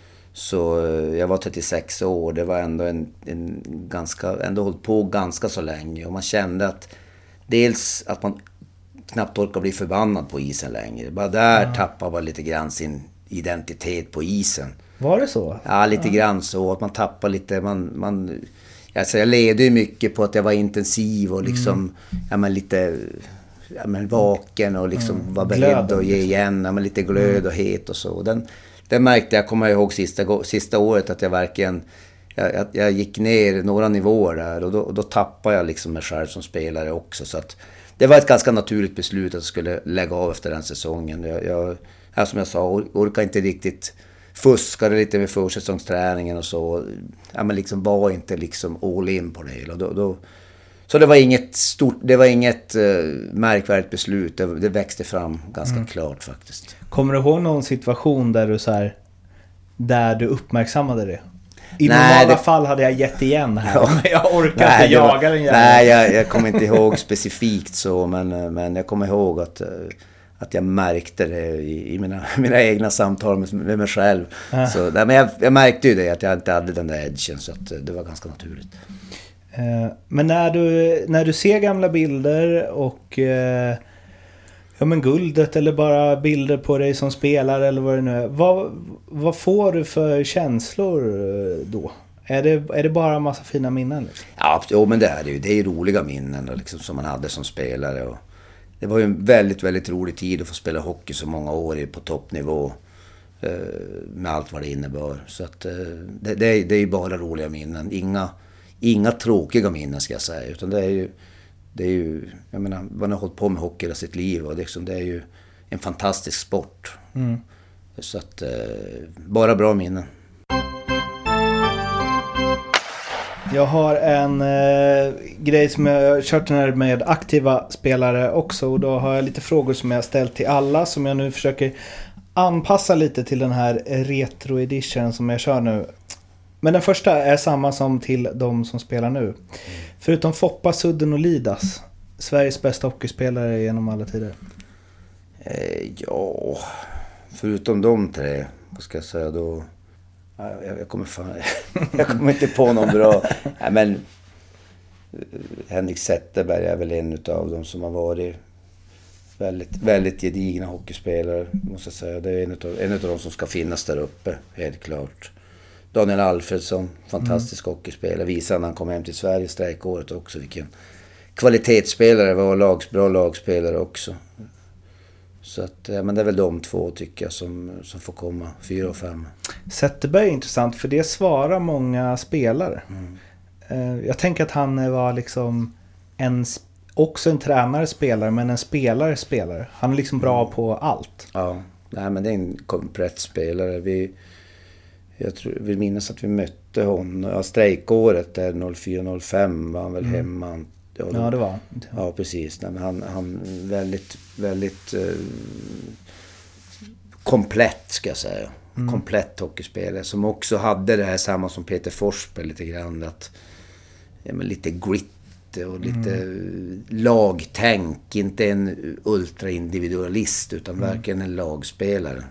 Speaker 1: så jag var trettiosex år. Det var ändå en, en ganska, ändå hållit på ganska så länge. Och man kände att dels att man knappt orkar bli förbannad på isen längre. Bara där ja. tappar man lite grann sin identitet på isen.
Speaker 6: Var det så?
Speaker 1: Ja, lite ja. grann så. Att man tappar lite, man... man alltså jag ledde ju mycket på att jag var intensiv och liksom, mm. ja men lite... Ja, men vaken och liksom mm. var beredd Glöden, att ge igen, ja, men lite glöd mm. och het och så. Den, den märkte jag, kommer jag ihåg sista, sista året, att jag verkligen jag, jag, jag gick ner några nivåer där, och då, och då tappade jag liksom mig själv som spelare också. Så att det var ett ganska naturligt beslut att jag skulle lägga av efter den säsongen. Jag, jag, ja, som jag sa, or, orkade inte riktigt, fuskade lite med försäsongsträningen och så. Ja, men liksom var inte liksom all in på det hela. Då, då Så det var inget stort, det var inget uh, märkvärdigt beslut. Det, det växte fram ganska mm. klart faktiskt.
Speaker 6: Kommer du ihåg någon situation där du så här, där du uppmärksammade det? I
Speaker 1: nej,
Speaker 6: normala
Speaker 1: det...
Speaker 6: fall hade jag gett igen här.
Speaker 1: Ja.
Speaker 6: Men jag orkar
Speaker 1: nej,
Speaker 6: inte jaga
Speaker 1: var...
Speaker 6: den jävla.
Speaker 1: Nej, jag, jag kommer inte ihåg specifikt så. Men, men jag kommer ihåg att, att jag märkte det i, i mina, mina egna samtal med, med mig själv. Äh. Så, nej, men jag, jag märkte ju det, att jag inte hade den där edgen. Så att det var ganska naturligt.
Speaker 6: Men när du, när du ser gamla bilder och ja, men guldet eller bara bilder på dig som spelare eller vad det nu är, vad, vad får du för känslor då? Är det, är det bara en massa fina minnen? Liksom?
Speaker 1: Ja, jo, men det är det ju. Det är ju roliga minnen liksom, som man hade som spelare. Och det var ju en väldigt, väldigt rolig tid att få spela hockey så många år på toppnivå. Med allt vad det innebar. Så att, det, det, är, det är ju bara roliga minnen. Inga... Inga tråkiga minnen ska jag säga, utan det är ju, det är ju, jag menar, man har hållit på med hockey hela sitt liv, och liksom, det är ju en fantastisk sport. Mm. Så att, eh, bara bra minnen.
Speaker 6: Jag har en eh, grej som jag har kört här med aktiva spelare också, och då har jag lite frågor som jag har ställt till alla, som jag nu försöker anpassa lite till den här retro edition som jag kör nu. Men den första är samma som till de som spelar nu. Mm. Förutom Foppa, Sudden och Lidas, Sveriges bästa hockeyspelare genom alla tider.
Speaker 1: Eh, ja, förutom de tre, vad ska jag säga då? Jag, jag, kommer fan, jag kommer inte på någon bra. Nej, men Henrik Zetterberg är väl en av dem som har varit väldigt, väldigt gedigna hockeyspelare, måste jag säga. Det är en av, en av dem som ska finnas där uppe, helt klart. Daniel Alfredsson, fantastisk mm. hockeyspelare. Visade när han kom hem till Sverige strejkåret också vilken kvalitetsspelare var, lags, bra lagspelare också. Så att, ja, men det är väl de två tycker jag som, som får komma, fyra och fem.
Speaker 6: Zetterberg är intressant för det svarar många spelare. Mm. Jag tänker att han var liksom en, också en tränare spelare, men en spelare spelare. Han är liksom bra mm. på allt.
Speaker 1: Ja, nej, men det är en komplett spelare. Vi, jag tror, vill minnas att vi mötte honom. Ja, strejkåret där noll fyra noll fem var han väl mm. hemma. Ja,
Speaker 6: då, ja, det var.
Speaker 1: Ja, precis. Nej, men han han väldigt väldigt eh, komplett ska jag säga. Mm. Komplett hockeyspelare som också hade det här samma som Peter Forsberg lite grann att ja, men lite grit och lite mm. lagtänk, inte en ultraindividualist utan mm. verkligen en lagspelare.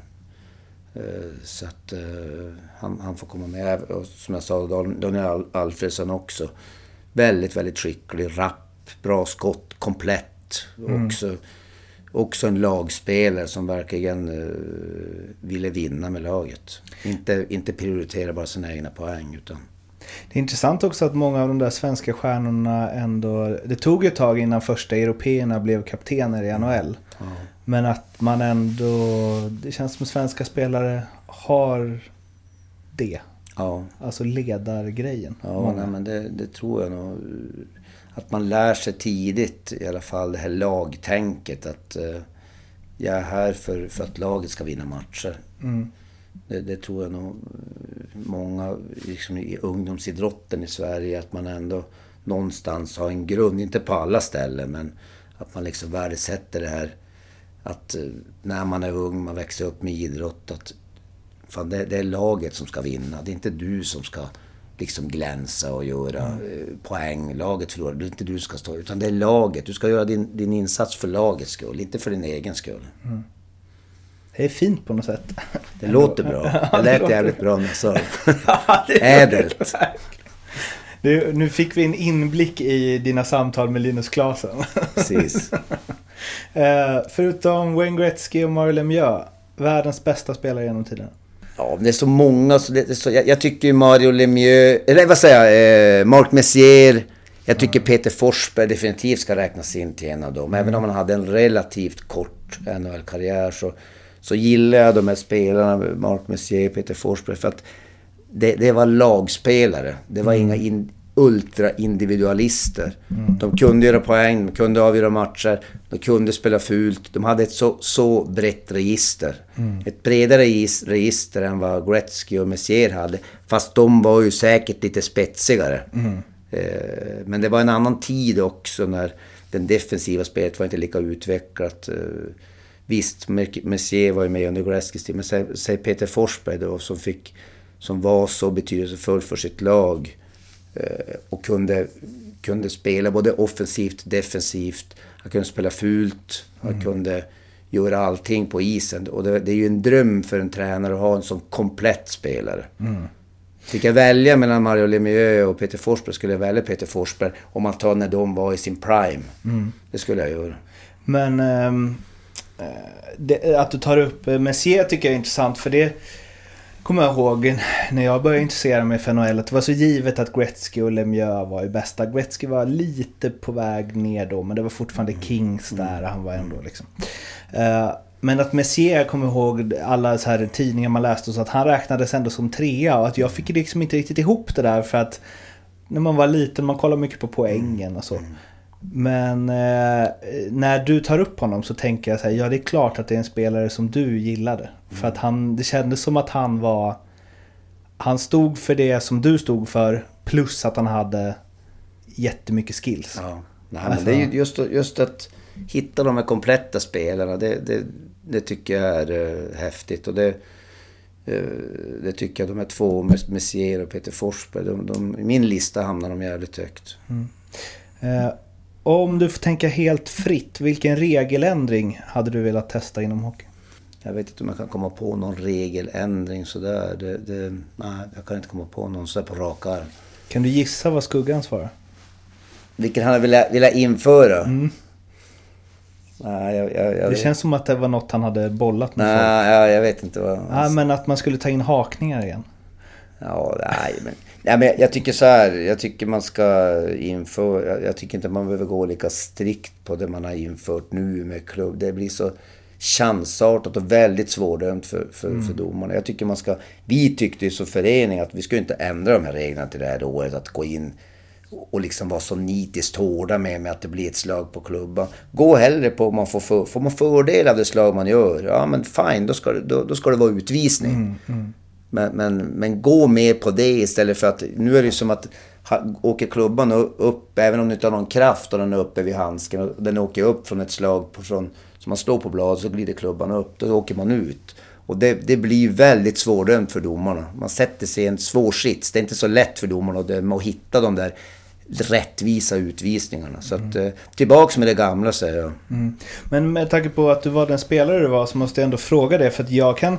Speaker 1: Uh, så att uh, han, han får komma med och som jag sa Daniel Alfredsson också. Väldigt, väldigt skicklig, rapp, bra skott, komplett. Mm. Också, också en lagspelare som verkligen uh, ville vinna med laget. Inte, inte prioritera bara sina egna poäng. Utan...
Speaker 6: Det är intressant också att många av de där svenska stjärnorna ändå... Det tog ett tag innan första européerna blev kaptener i N H L. Mm. Men att man ändå... Det känns som svenska spelare har det.
Speaker 1: Ja.
Speaker 6: Alltså ledargrejen.
Speaker 1: Ja, nej, men det, det tror jag nog. Att man lär sig tidigt i alla fall det här lagtänket. Att uh, jag är här för, för att laget ska vinna matcher. Mm. Det, det tror jag nog många liksom, i ungdomsidrotten i Sverige. Att man ändå någonstans har en grund. Inte på alla ställen men att man liksom värdesätter det här. Att uh, när man är ung, man växer upp med idrott. Att fan, det, det är laget som ska vinna. Det är inte du som ska liksom glänsa och göra mm. eh, poäng. Laget förlorar. Det är inte du som ska stå. Utan det är laget. Du ska göra din, din insats för lagets skull. Inte för din egen skull. Mm.
Speaker 6: Det är fint på något sätt.
Speaker 1: Det låter bra. Det lät det jävligt bra när jag sa ja, det. Ädelt.
Speaker 6: Det, nu fick vi en inblick i dina samtal med Linus Klasen.
Speaker 1: Precis.
Speaker 6: eh, förutom Wayne Gretzky och Mario Lemieux, världens bästa spelare genom tiden.
Speaker 1: Ja, det är så många. Så det är så, jag, jag tycker ju Mario Lemieux, eller vad säger jag, eh, Mark Messier. Jag tycker mm. Peter Forsberg definitivt ska räknas in till en av dem. Mm. Även om han hade en relativt kort N H L-karriär så, så gillar jag de här spelarna, Mark Messier, Peter Forsberg. För att det, det var lagspelare. Det var mm. inga in, ultra-individualister. Mm. De kunde göra poäng, de kunde avgöra matcher, de kunde spela fult. De hade ett så, så brett register. Mm. Ett bredare register än vad Gretzky och Messier hade. Fast de var ju säkert lite spetsigare. Mm. Eh, men det var en annan tid också när den defensiva spelet var inte lika utvecklat. Eh, visst, Messier var ju med under Gretzkys tid. Men säg, säg Peter Forsberg då som, fick, som var så betydelsefull för sitt lag. Och kunde, kunde spela både offensivt, defensivt. Han kunde spela fult. Han mm. kunde göra allting på isen. Och det, det är ju en dröm för en tränare att ha en sån komplett spelare. Mm. Fick jag välja mellan Mario Lemieux och Peter Forsberg skulle jag välja Peter Forsberg om man tar när de var i sin prime. Mm. Det skulle jag göra.
Speaker 6: Men ähm, det, att du tar upp Messier tycker jag är intressant för det kommer jag ihåg när jag började intressera mig för N H L att det var så givet att Gretzky och Lemieux var ju bästa. Gretzky var lite på väg ner då men det var fortfarande Kings där han var ändå liksom. Uh, men att Messier kommer ihåg alla så här tidningar man läste så att han räknades ändå som trea och att jag fick liksom inte riktigt ihop det där för att när man var liten man kollade mycket på poängen och så. Men eh, när du tar upp honom så tänker jag så här, ja det är klart att det är en spelare som du gillade. Mm. För att han, det kändes som att han var han stod för det som du stod för plus att han hade jättemycket skills. Ja.
Speaker 1: Nej, alltså. Men det är ju just, just att hitta de här kompletta spelarna det, det, det tycker jag är uh, häftigt och det, uh, det tycker jag de här två Messier och Peter Forsberg de, de, i min lista hamnar de jävligt högt.
Speaker 6: Mm. Uh, Om du får tänka helt fritt, vilken regeländring hade du velat testa inom hockey?
Speaker 1: Jag vet inte om jag kan komma på någon regeländring sådär. Det, det, nej, jag kan inte komma på någon sådär på rak arm.
Speaker 6: Kan du gissa vad skuggan svarar?
Speaker 1: vilken han ville vilja införa. Mm. Nej, jag, jag, jag
Speaker 6: det
Speaker 1: vet.
Speaker 6: känns som att det var något han hade bollat med.
Speaker 1: Nej, ja, jag vet inte vad.
Speaker 6: Ja, men att man skulle ta in hakningar igen.
Speaker 1: Ja, nej, men, nej, men jag tycker så här, jag tycker man ska införa, jag, jag tycker inte man behöver gå lika strikt på det man har infört nu med klubb. Det blir så chansartat och väldigt svårdömt för, för, mm. för domarna. Jag tycker man ska, vi tyckte ju som förening att vi skulle inte ändra de här reglerna till det här året, att gå in och liksom vara så nitiskt hårda med, med att det blir ett slag på klubban. Gå hellre på om man får, för, får man fördel av det slag man gör. Ja, men fine, då ska det, då, då ska det vara utvisning. Mm, mm. Men, men, men gå med på det istället för att, nu är det ju som att ha, åker klubban upp, även om det inte har någon kraft och den är uppe vid handsken och den åker upp från ett slag på, från, som man slår på blad, så glider klubban upp, då åker man ut. Och det, det blir väldigt svårdömt för domarna. Man sätter sig i en svår sits. Det är inte så lätt för domarna att döma och hitta de där rättvisa utvisningarna. Så att, mm. tillbaks med det gamla, säger jag.
Speaker 6: Mm. Men med tanke på att du var den spelare du var, så måste jag ändå fråga det. För att jag kan...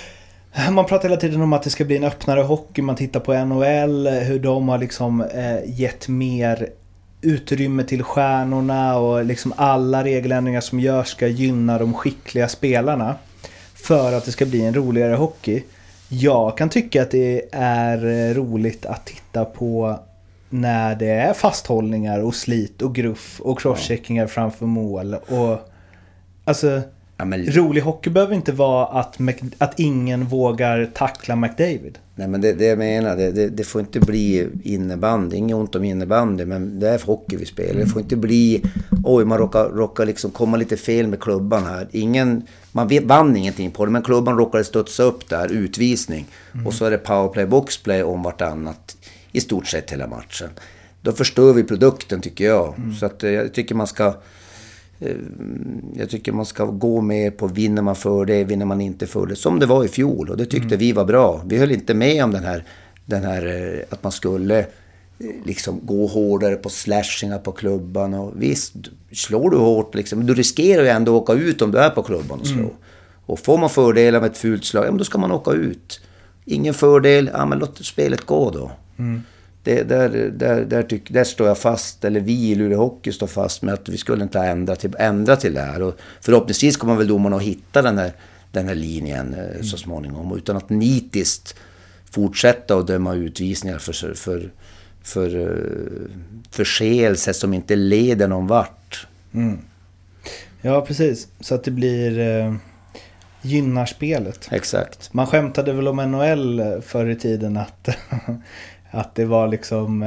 Speaker 6: Man pratar hela tiden om att det ska bli en öppnare hockey. Man tittar på N H L, hur de har liksom eh, gett mer utrymme till stjärnorna. Och liksom alla regeländringar som görs ska gynna de skickliga spelarna för att det ska bli en roligare hockey. Jag kan tycka att det är roligt att titta på när det är fasthållningar och slit och gruff och crosscheckingar framför mål. Och alltså, ja, men... rolig hockey behöver inte vara att, att ingen vågar tackla McDavid.
Speaker 1: Nej, men det, det jag menar, det, det, det får inte bli innebandy. Inget ont om innebandy, men det är hockey vi spelar. Mm. Det får inte bli, oj, man råkar, råkar liksom komma lite fel med klubban här. Ingen, man vet, vann ingenting på det, men klubban råkade studsa upp där, utvisning. Mm. Och så är det powerplay, boxplay om vartannat i stort sett hela matchen. Då förstör vi produkten, tycker jag. Mm. Så att jag tycker man ska eh, jag tycker man ska gå med på, vinner man för det, vinner man inte för det, som det var i fjol, och det tyckte mm. vi var bra. Vi höll inte med om den här, den här att man skulle liksom gå hårdare på slashingar på klubban, och visst, slår du hårt liksom, du riskerar ju ändå att åka ut om du är på klubban och slå. Mm. Och får man fördel av ett fult slag, ja, men då ska man åka ut. Ingen fördel, ja, men låt spelet gå då. Mm. Det, där, där, där, tyck, där står jag fast, eller vi i Luleå Hockey står fast med att vi skulle inte ändra till, ändra till det här. Och förhoppningsvis kommer väl domarna att hitta den här, den här linjen mm. så småningom, utan att nitiskt fortsätta att döma utvisningar för, för, för, för förseelser som inte leder någon vart.
Speaker 6: Mm. Ja, precis. Så att det blir... Eh... gynnar spelet.
Speaker 1: Exakt.
Speaker 6: Man skämtade väl om N H L förr i tiden att, att det var liksom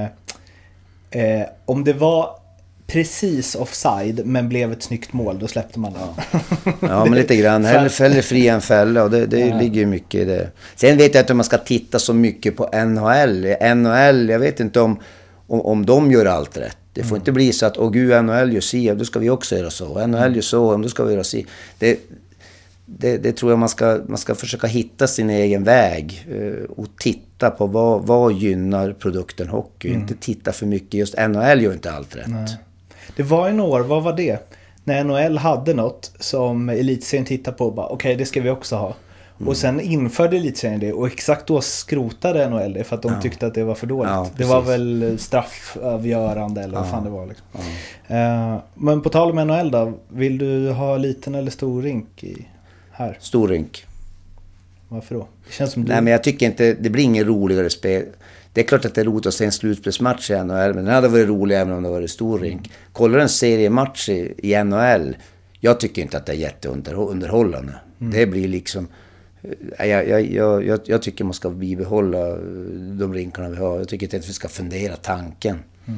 Speaker 6: eh, om det var precis offside men blev ett snyggt mål, då släppte man det.
Speaker 1: Ja, ja, men lite grann. Hellre fäller fri än fälla, och det, det ja. ligger ju mycket i det. Sen vet jag inte om man ska titta så mycket på N H L. N H L, jag vet inte om, om, om de gör allt rätt. Det får mm. inte bli så att, åh gud, N H L gör si, då ska vi också göra så. N H L gör så, då ska vi göra si. Det Det, det tror jag man ska, man ska försöka hitta sin egen väg eh, och titta på vad, vad gynnar produkten hockey. Mm. Inte titta för mycket, just N H L gör inte allt rätt. Nej.
Speaker 6: Det var en år, vad var det? När N H L hade något som elitserien tittade på och bara, okej, okay, det ska vi också ha. Mm. Och sen införde elitserien det, och exakt då skrotade N H L det för att de ja. tyckte att det var för dåligt. Ja, det var väl straffavgörande eller ja. vad fan det var liksom. Ja. uh, Men på tal om N H L då, vill du ha liten eller stor rink i här?
Speaker 1: Stor rink.
Speaker 6: Varför då? Det känns som du...
Speaker 1: Nej, men jag tycker inte, det blir ingen roligare spel. Det är klart att det är roligt att se en slutspelsmatch i N H L, men den hade varit rolig även om det var en stor rink. Kollar en seriematch i, i N H L, jag tycker inte att det är jätteunderhållande. Mm. Det blir liksom... Jag, jag, jag, jag, jag tycker man ska bibehålla de rinkarna vi har. Jag tycker inte att vi ska fundera tanken. Mm.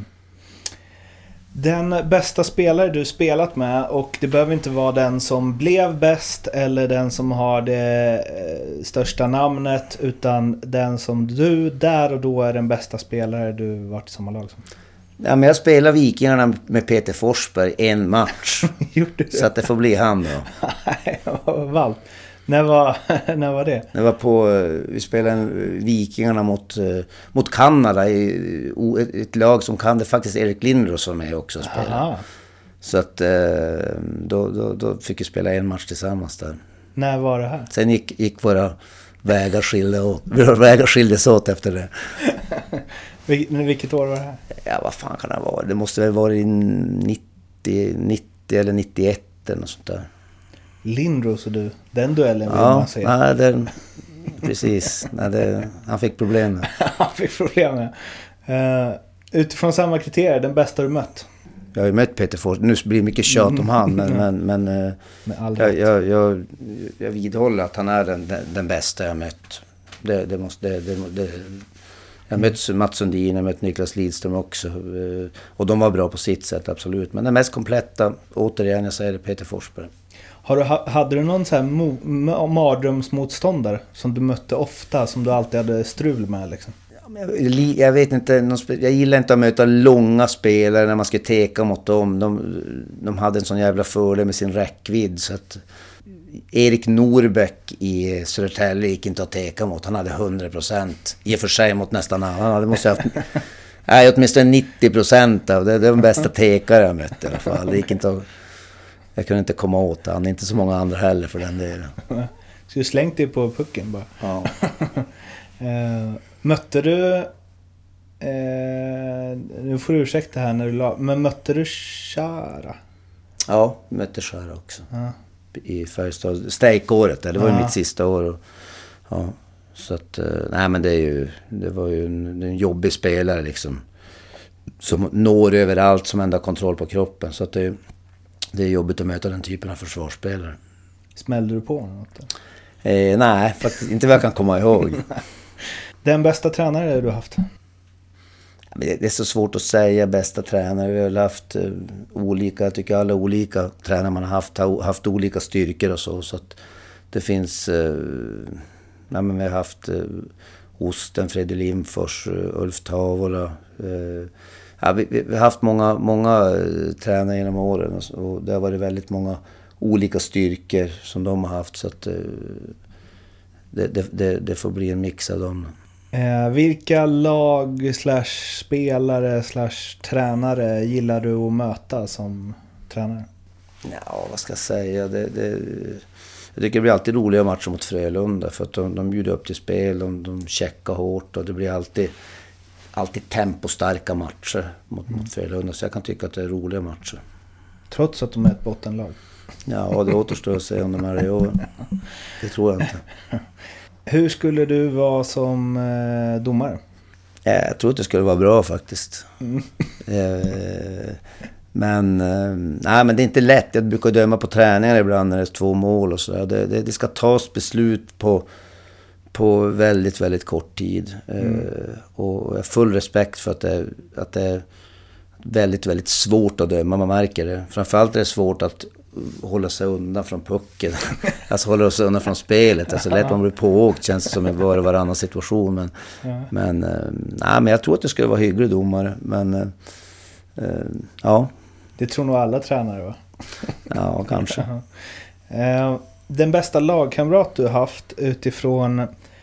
Speaker 6: Den bästa spelare du spelat med, och det behöver inte vara den som blev bäst eller den som har det eh, största namnet, utan den som du där och då är den bästa spelare du varit i samma lag som.
Speaker 1: Ja, men jag spelar Vikingarna med Peter Forsberg en match. Så att det får bli han då.
Speaker 6: Nej, vad vallt. När var, när var det?
Speaker 1: Det var på, vi spelade Vikingarna mot, mot Kanada i ett, ett lag som kan det faktiskt Erik Lindros som är också spela. Aha. Så att då, då, då fick vi spela en match tillsammans där.
Speaker 6: När var det här?
Speaker 1: Sen gick, gick våra vägar skilda åt. Våra vägar skildes åt efter det.
Speaker 6: Vil- vilket år var det här?
Speaker 1: Ja, vad fan kan det vara? Det måste väl vara i nittio, nittio eller nittioett eller något sånt där.
Speaker 6: Lindros och du, den duellen vill
Speaker 1: Ja,
Speaker 6: man se.
Speaker 1: nej, den, precis. Nej, det, han fick problem.
Speaker 6: Han fick problem med. Uh, utifrån samma kriterier, den bästa du mött?
Speaker 1: Jag har ju mött Peter Forsberg. Nu blir det mycket tjat om han, men, men, men uh, jag, jag, jag, jag vidhåller att han är den, den, den bästa jag mött. Det, det måste, det, det, det, jag har mött Mats Sundin, jag har mött Niklas Lidström också. Uh, och de var bra på sitt sätt, absolut. Men den mest kompletta, återigen, jag säger det, Peter Forsberg.
Speaker 6: Har du, hade du någon så här mo- mardrömsmotståndare som du mötte ofta, som du alltid hade strul med liksom?
Speaker 1: Ja, men jag, jag vet inte, jag gillar inte att möta långa spelare när man ska teka mot dem. De, de hade en sån jävla fördel med sin räckvidd, så att Erik Norbäck i Södertälje gick inte att teka mot. Han hade hundra procent, i och för sig mot nästan alla. Det måste jag haft, nej, åtminstone nittio procent av det. Det är de bästa tekare jag mött i alla fall. Det gick inte att, jag kunde inte komma åt han, inte så många andra heller för den delen.
Speaker 6: Så du slängt dig på pucken bara?
Speaker 1: Ja.
Speaker 6: uh, mötte du... Uh, nu får du ursäkta här när du la... Men mötte du Chara?
Speaker 1: Ja, mötte Chara också.
Speaker 6: Uh.
Speaker 1: I Färjestad. Strejkåret, det var ju
Speaker 6: uh.
Speaker 1: mitt sista år. Och, ja, så att, uh, nej men det är ju... Det var ju en, en jobbig spelare liksom. Som når överallt, som ändå har kontroll på kroppen. Så att det är Det är jobbigt att möta den typen av försvarsspelare.
Speaker 6: Smällde du på något?
Speaker 1: Eh, nej, faktiskt inte vad jag kan komma ihåg.
Speaker 6: Den bästa tränare du har haft?
Speaker 1: Det är så svårt att säga bästa tränare. Vi har haft uh, olika, jag tycker alla olika tränare man har haft har haft olika styrkor och så. Så att det finns, uh, nej, men vi har haft uh, Osten, Fredrik Lindfors, uh, Ulf Tavola. Uh, Ja, vi, vi har haft många, många uh, tränare genom åren och, och det har varit väldigt många olika styrkor som de har haft, så att uh, det, det, det, det får bli en mix av dem.
Speaker 6: Eh, vilka lag slash spelare slash tränare gillar du att möta som tränare?
Speaker 1: Ja, vad ska jag säga? Det, det, jag tycker det blir alltid roliga matcher mot Frölunda för att de, de bjuder upp till spel, de, de checkar hårt och det blir alltid alltid tempostarka matcher mot, mot Frölunda, så jag kan tycka att det är roliga matcher.
Speaker 6: Trots att de är ett bottenlag?
Speaker 1: Ja, det återstår att se om de är i år. Det tror jag inte.
Speaker 6: Hur skulle du vara som eh, domare?
Speaker 1: Jag tror att det skulle vara bra faktiskt.
Speaker 6: Mm.
Speaker 1: eh, men, eh, nej, men det är inte lätt. Jag brukar döma på träningar ibland när det är två mål och så. Det, det, det ska tas beslut på på väldigt, väldigt kort tid. Mm. Uh, och jag har full respekt för att det, att det är väldigt, väldigt svårt att döma. Man märker det. Framförallt är det svårt att hålla sig undan från pucken. Alltså hålla sig undan från spelet. Alltså lätt man blir pååkt, känns det som i var och varannan situation. Men, ja. men, uh, nej, men jag tror att det skulle vara hygglig domare. Men uh, uh, ja.
Speaker 6: Det tror nog alla tränare, va?
Speaker 1: Ja, kanske.
Speaker 6: uh, den bästa lagkamrat du har haft utifrån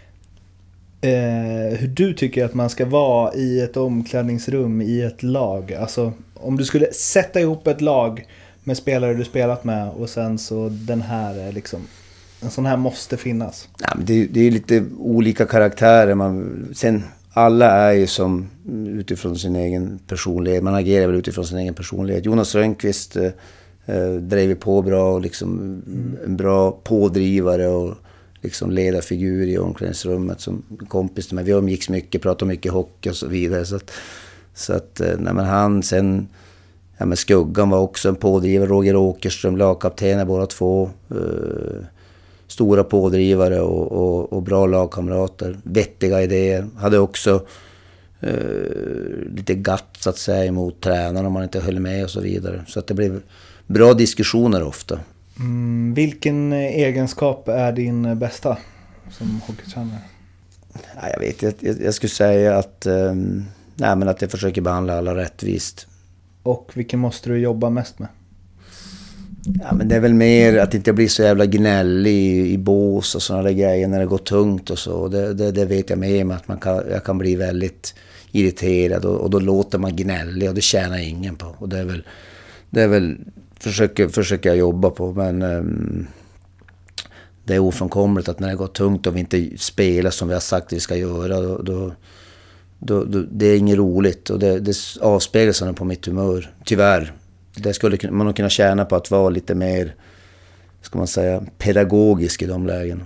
Speaker 6: eh, hur du tycker att man ska vara i ett omklädningsrum i ett lag. Alltså om du skulle sätta ihop ett lag med spelare du spelat med och sen så den här är liksom, en sån här måste finnas.
Speaker 1: Ja, men det, det är lite olika karaktärer. Man, sen alla är ju som utifrån sin egen personlighet. Man agerar väl utifrån sin egen personlighet. Jonas Rönnqvist eh, eh, drev på bra och liksom mm. en bra pådrivare och liksom ledarfigur i omklädningsrummet som kompis. Men vi umgicks mycket, pratade mycket hockey och så vidare. Så att, så att nej, men han sen... Ja, men Skuggan var också en pådrivare. Roger Åkerström, lagkaptener båda två. Eh, stora pådrivare och, och, och bra lagkamrater. Vettiga idéer. Hade också eh, lite gatt så att säga emot tränaren om man inte höll med och så vidare. Så att det blev bra diskussioner ofta.
Speaker 6: Mm, vilken egenskap är din bästa som hockeytränare?
Speaker 1: Ja, jag vet jag, jag skulle säga att, eh, nej, men att jag försöker behandla alla rättvist.
Speaker 6: Och vilken måste du jobba mest med?
Speaker 1: Ja, men det är väl mer att inte bli så jävla gnällig i, i bås och sådana där grejer när det går tungt och så. Det, det, det vet jag med mig att man kan, jag kan bli väldigt irriterad och, och då låter man gnällig och det tjänar ingen på. Och det är väl, det är väl försöker, försöker jag jobba på, men um, det är ofrånkomligt att när det går tungt och vi inte spelar som vi har sagt att vi ska göra, då, då då, då, det är inget roligt och det, det avspeglar sig på mitt humör, tyvärr. Det skulle man nog kunna tjäna på att vara lite mer, ska man säga, pedagogisk i de lägen.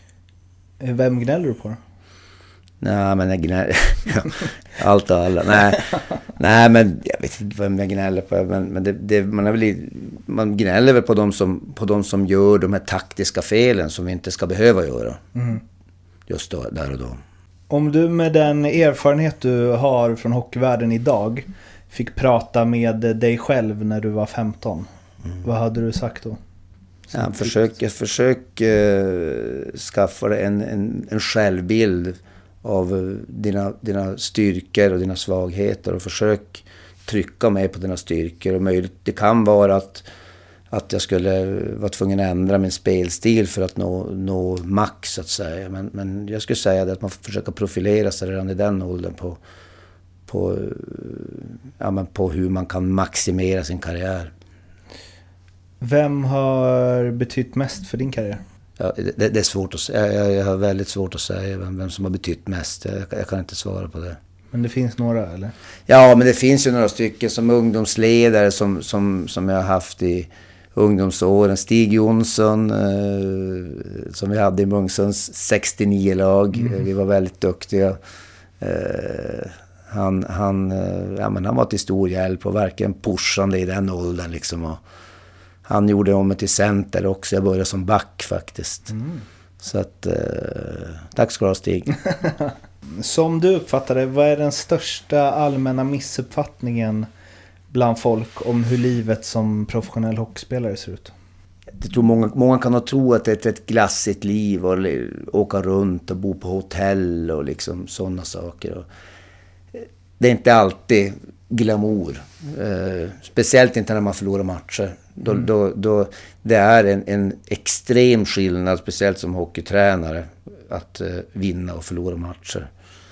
Speaker 6: Vem gnäller du på då?
Speaker 1: Nej, men jag gnäller allt och alla. Nej, nej, men jag vet inte vem jag gnäller på. Men, men det, det, man, är väl, man gnäller väl på de, som, på de som gör de här taktiska felen som vi inte ska behöva göra. Mm. Just då, där och då.
Speaker 6: Om du med den erfarenhet du har från hockeyvärlden idag fick prata med dig själv när du var femton, mm. vad hade du sagt då?
Speaker 1: Ja, försök försök uh, skaffa dig en, en, en självbild av dina, dina styrkor och dina svagheter och försök trycka mer på dina styrkor. Och möjligt, det kan vara att, att jag skulle vara tvungen att ändra min spelstil för att nå, nå max, så att säga. Men, men jag skulle säga det att man får försöka profilera sig redan i den åldern på, på, ja, men på hur man kan maximera sin karriär.
Speaker 6: Vem har betytt mest för din karriär?
Speaker 1: Ja, det, det är svårt att säga. Jag, jag har väldigt svårt att säga vem, vem som har betytt mest. Jag, jag kan inte svara på det.
Speaker 6: Men det finns några, eller? Ja,
Speaker 1: men det finns ju några stycken som ungdomsledare som, som, som jag har haft i ungdomsåren. Stig Jonsson, eh, som vi hade i Mungsunds sextionio-lag. Mm. Vi var väldigt duktiga. Eh, han, han, ja, men han var till stor hjälp och verkligen pushande i den åldern liksom. Och han gjorde om mig till center också. Jag började som back faktiskt. Mm. Så att, eh, tack ska du ha, Stig.
Speaker 6: Som du uppfattade, vad är den största allmänna missuppfattningen bland folk om hur livet som professionell hockeyspelare ser ut?
Speaker 1: Jag tror många, många kan ha tro att det är ett glassigt liv och åka runt och bo på hotell och liksom sådana saker. Och det är inte alltid glamour. Eh, speciellt inte när man förlorar matcher. Då, mm. då, då, det är en, en extrem skillnad, speciellt som hockeytränare, att eh, vinna och förlora matcher.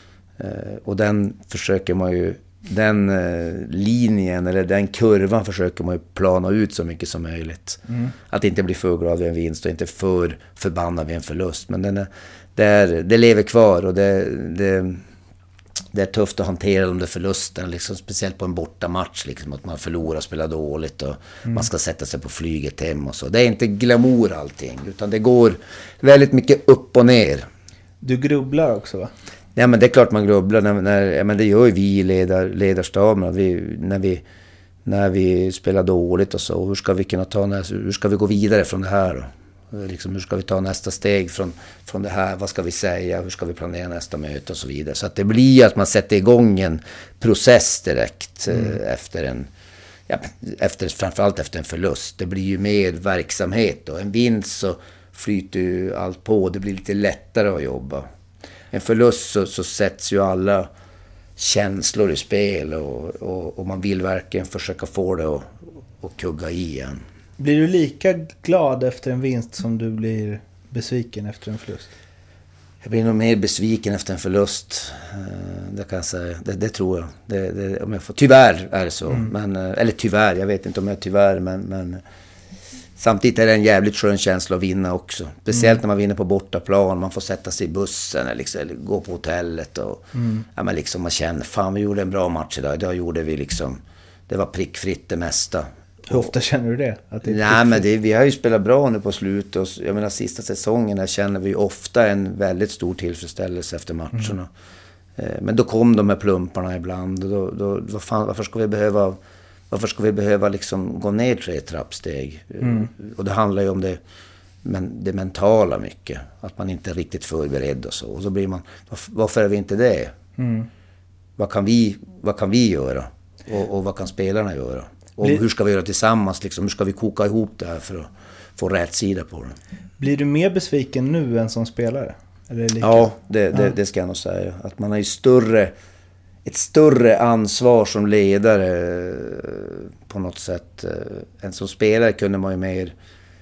Speaker 1: Eh, och den försöker man ju, den eh, linjen eller den kurvan försöker man ju plana ut så mycket som möjligt. Mm. Att inte bli för glad vid en vinst och inte för förbannad vid en förlust. Men den är, det, är, det lever kvar och det, det Det är tufft att hantera de där förlusterna, liksom, speciellt på en bortamatch, liksom, att man förlorar och spelar dåligt och mm. man ska sätta sig på flyget hem och så. Det är inte glamour allting, utan det går väldigt mycket upp och ner.
Speaker 6: Du grubblar också, va?
Speaker 1: Nej, men det är klart man grubblar. När, när, ja, men det gör ju vi i ledar, ledarstaben. Vi, när, vi, när vi spelar dåligt och så. Hur ska vi kunna ta nästa, hur ska vi gå vidare från det här då? Liksom, hur ska vi ta nästa steg från, från det här? Vad ska vi säga? Hur ska vi planera nästa möte och så vidare? Så att det blir att man sätter igång en process direkt mm. eh, efter en, ja, efter, framförallt efter en förlust. Det blir ju mer verksamhet och en vinst så flyter ju allt på. Det blir lite lättare att jobba. En förlust så, så sätts ju alla känslor i spel och, och, och man vill verkligen försöka få det att, att kugga i igen.
Speaker 6: Blir du lika glad efter en vinst som du blir besviken efter en förlust?
Speaker 1: Jag blir nog mer besviken efter en förlust. Det kan jag säga. Det, det tror jag. Det, det, om jag får, tyvärr är det så. Mm. Men, eller tyvärr, jag vet inte om jag är tyvärr. Men, men samtidigt är det en jävligt skön känsla att vinna också. Speciellt mm. när man vinner på bortaplan. Man får sätta sig i bussen eller, liksom, eller gå på hotellet. Och, mm. ja, men liksom man känner, fan vi gjorde en bra match idag. Idag gjorde vi liksom, det var prickfritt det mesta.
Speaker 6: Hur ofta känner du det? Att det är
Speaker 1: Nej, men det, vi har ju spelat bra nu på slutet. Och jag menar, sista säsongen här känner vi ofta en väldigt stor tillfredsställelse efter matcherna. Mm. Men då kom de här plumparna ibland. Och då, då, vad fan, varför ska vi behöva, varför ska vi behöva liksom gå ner tre trappsteg? Mm. Och det handlar ju om det, men det mentala mycket. Att man inte är riktigt förberedd och så. Och så blir man, varför är vi inte det? Mm. Vad kan vi, vad kan vi göra? Och, och vad kan spelarna göra? Och hur ska vi göra tillsammans? Liksom? Hur ska vi koka ihop det här för att få rätt sida på det?
Speaker 6: Blir du mer besviken nu än som spelare? Eller lika?
Speaker 1: Ja, det, det, det ska jag nog säga. Att man har ju större, ett större ansvar som ledare på något sätt. Än som spelare kunde man ju mer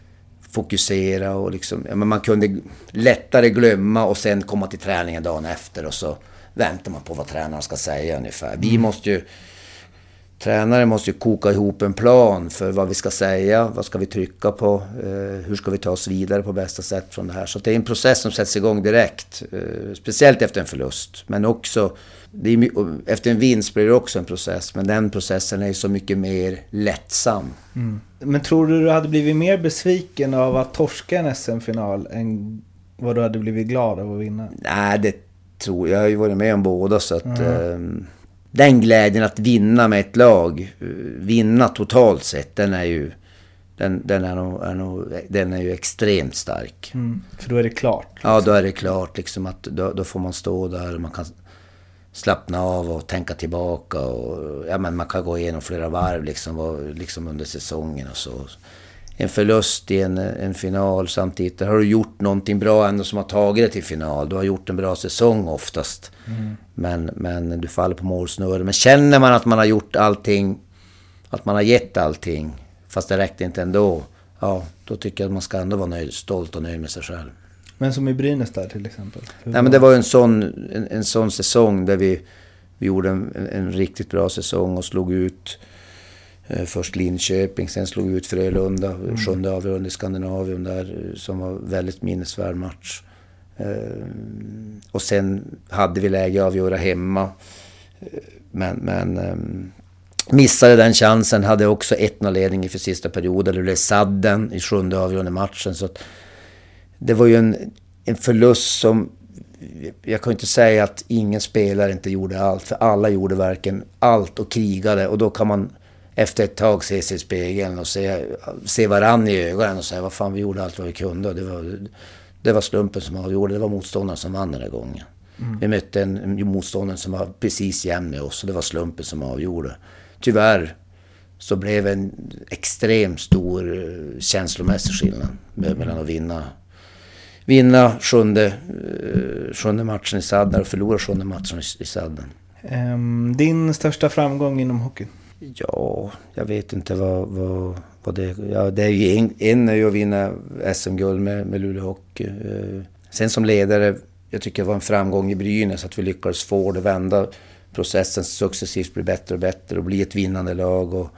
Speaker 1: fokusera och liksom, ja, men man kunde lättare glömma och sen komma till träningen dagen efter och så väntar man på vad tränaren ska säga ungefär. Vi måste ju tränare måste ju koka ihop en plan för vad vi ska säga, vad ska vi trycka på, eh, hur ska vi ta oss vidare på bästa sätt från det här. Så det är en process som sätts igång direkt, eh, speciellt efter en förlust. Men också, det är, efter en vinst blir det också en process, men den processen är ju så mycket mer lättsam.
Speaker 6: Mm. Men tror du du hade blivit mer besviken av att torska en S M-final än vad du hade blivit glad av att vinna?
Speaker 1: Nej, det tror jag. Jag har ju varit med om båda, så att... Mm. Eh, den glädjen att vinna med ett lag, vinna totalt sett, den är ju den, den är nog, är nog, den är ju extremt stark.
Speaker 6: Mm, för då är det klart. Liksom.
Speaker 1: Ja, då är det klart liksom att då, då får man stå där och man kan slappna av och tänka tillbaka och ja, men man kan gå igenom flera varv liksom, liksom under säsongen och så. En förlust i en, en final samtidigt, där har du gjort någonting bra ändå som har tagit det till final. Du har gjort en bra säsong oftast. Mm. Men, men du faller på målsnöre. Men känner man att man har gjort allting, att man har gett allting, fast det räckte inte ändå, ja, då tycker jag att man ska ändå vara nöjd, stolt och nöjd med sig själv.
Speaker 6: Men som i Brynäs där till exempel?
Speaker 1: Nej, men det var ju en sån, en, en sån säsong där vi, vi gjorde en, en, en riktigt bra säsong och slog ut först Linköping, sen slog ut Frölunda, mm. sjunde avgörande i Skandinavien där, som var väldigt minnesvärd match. Och sen hade vi läge att avgöra hemma, men, men missade den chansen, hade också ett noll ledning för sista perioden, det blev sadden i sjunde avgörande matchen, så att det var ju en, en förlust som, jag kan inte säga att ingen spelare inte gjorde allt, för alla gjorde verkligen allt och krigade, och då kan man efter ett tag se sig i spegeln och se, se varann i ögonen och säga vad fan, vi gjorde allt vad vi kunde. Det var, det var slumpen som avgjorde, det var motståndaren som vann den här gången. Mm. Vi mötte en, en motståndare som var precis jämn med oss och det var slumpen som avgjorde. Tyvärr så blev en extremt stor känslomässig skillnad mm. mellan att vinna vinna sjunde, sjunde matchen i sadden och förlora sjunde matchen i sadden.
Speaker 6: Um, din största framgång inom hockey?
Speaker 1: Ja, jag vet inte vad, vad, vad det är. Ja, det är ju en, en är ju att vinna S M-guld med, med Luleå Hockey. Eh, sen som ledare, jag tycker det var en framgång i Brynäs att vi lyckades få det, vända processen successivt, bli bättre och bättre och bli ett vinnande lag. Och,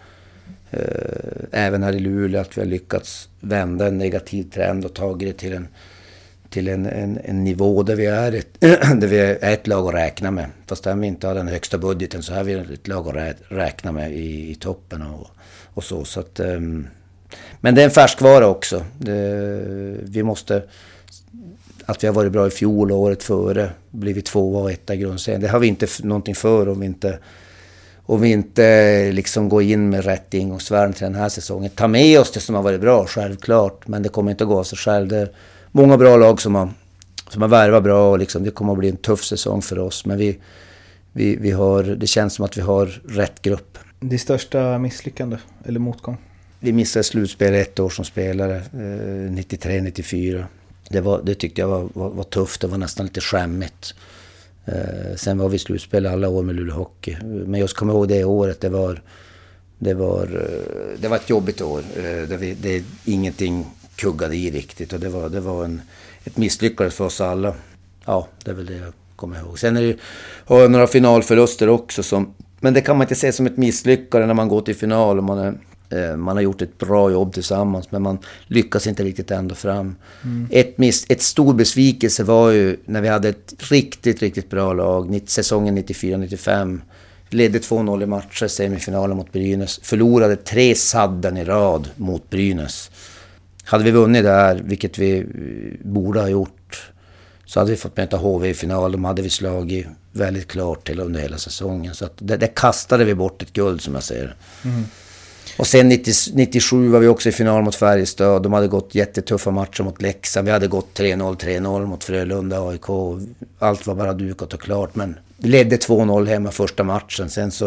Speaker 1: eh, även här i Luleå att vi har lyckats vända en negativ trend och tagit det till en till en, en, en nivå där vi, är ett, där vi är ett lag att räkna med. Fast där vi inte har den högsta budgeten så är vi ett lag att räkna med i, i toppen och, och så. så att, um, men det är en färskvara också. Det, vi måste, att vi har varit bra i fjol och året före, blivit tvåa och etta i grundserien. Det har vi inte någonting för om vi inte, om vi inte liksom går in med rätt ingångsvärden till den här säsongen. Ta med oss det som har varit bra, självklart. Men det kommer inte att gå av sig själv. Det, många bra lag som har, som har värvat bra och liksom, det kommer att bli en tuff säsong för oss. Men vi, vi, vi har, det känns som att vi har rätt grupp.
Speaker 6: Det största misslyckande eller motgång?
Speaker 1: Vi missade slutspel ett år som spelare, eh, nittiotre nittiofyra. Det, var, det tyckte jag var, var, var tufft, det var nästan lite skämmigt. Eh, sen var vi slutspel alla år med Luleå Hockey. Men jag kommer ihåg det året, det var, det var, det var ett jobbigt år. Eh, det, vi, det är ingenting kuggade i riktigt och det var, det var en, ett misslyckande för oss alla. Ja, det är väl det jag kommer ihåg. Sen är det, har jag några finalförluster också, som, men det kan man inte se som ett misslyckande när man går till final och man, är, eh, man har gjort ett bra jobb tillsammans, men man lyckas inte riktigt ända fram. Mm. Ett, miss, ett stor besvikelse var ju när vi hade ett riktigt, riktigt bra lag, säsongen nittiofyra nittiofem. Ledde två noll i matcher, semifinalen mot Brynäs. Förlorade tre sadden i rad mot Brynäs. Hade vi vunnit där, vilket vi borde ha gjort, så hade vi fått möta H V i final. De hade vi slagit väldigt klart till under hela säsongen. Så att det, det kastade vi bort ett guld, som jag säger. Mm. Och sen nittio, nittiosju var vi också i final mot Färjestad. De hade gått jättetuffa matcher mot Leksand. Vi hade gått tre noll tre noll mot Frölunda och A I K. Allt var bara dukat och klart. Men vi ledde två noll hemma första matchen. Sen så,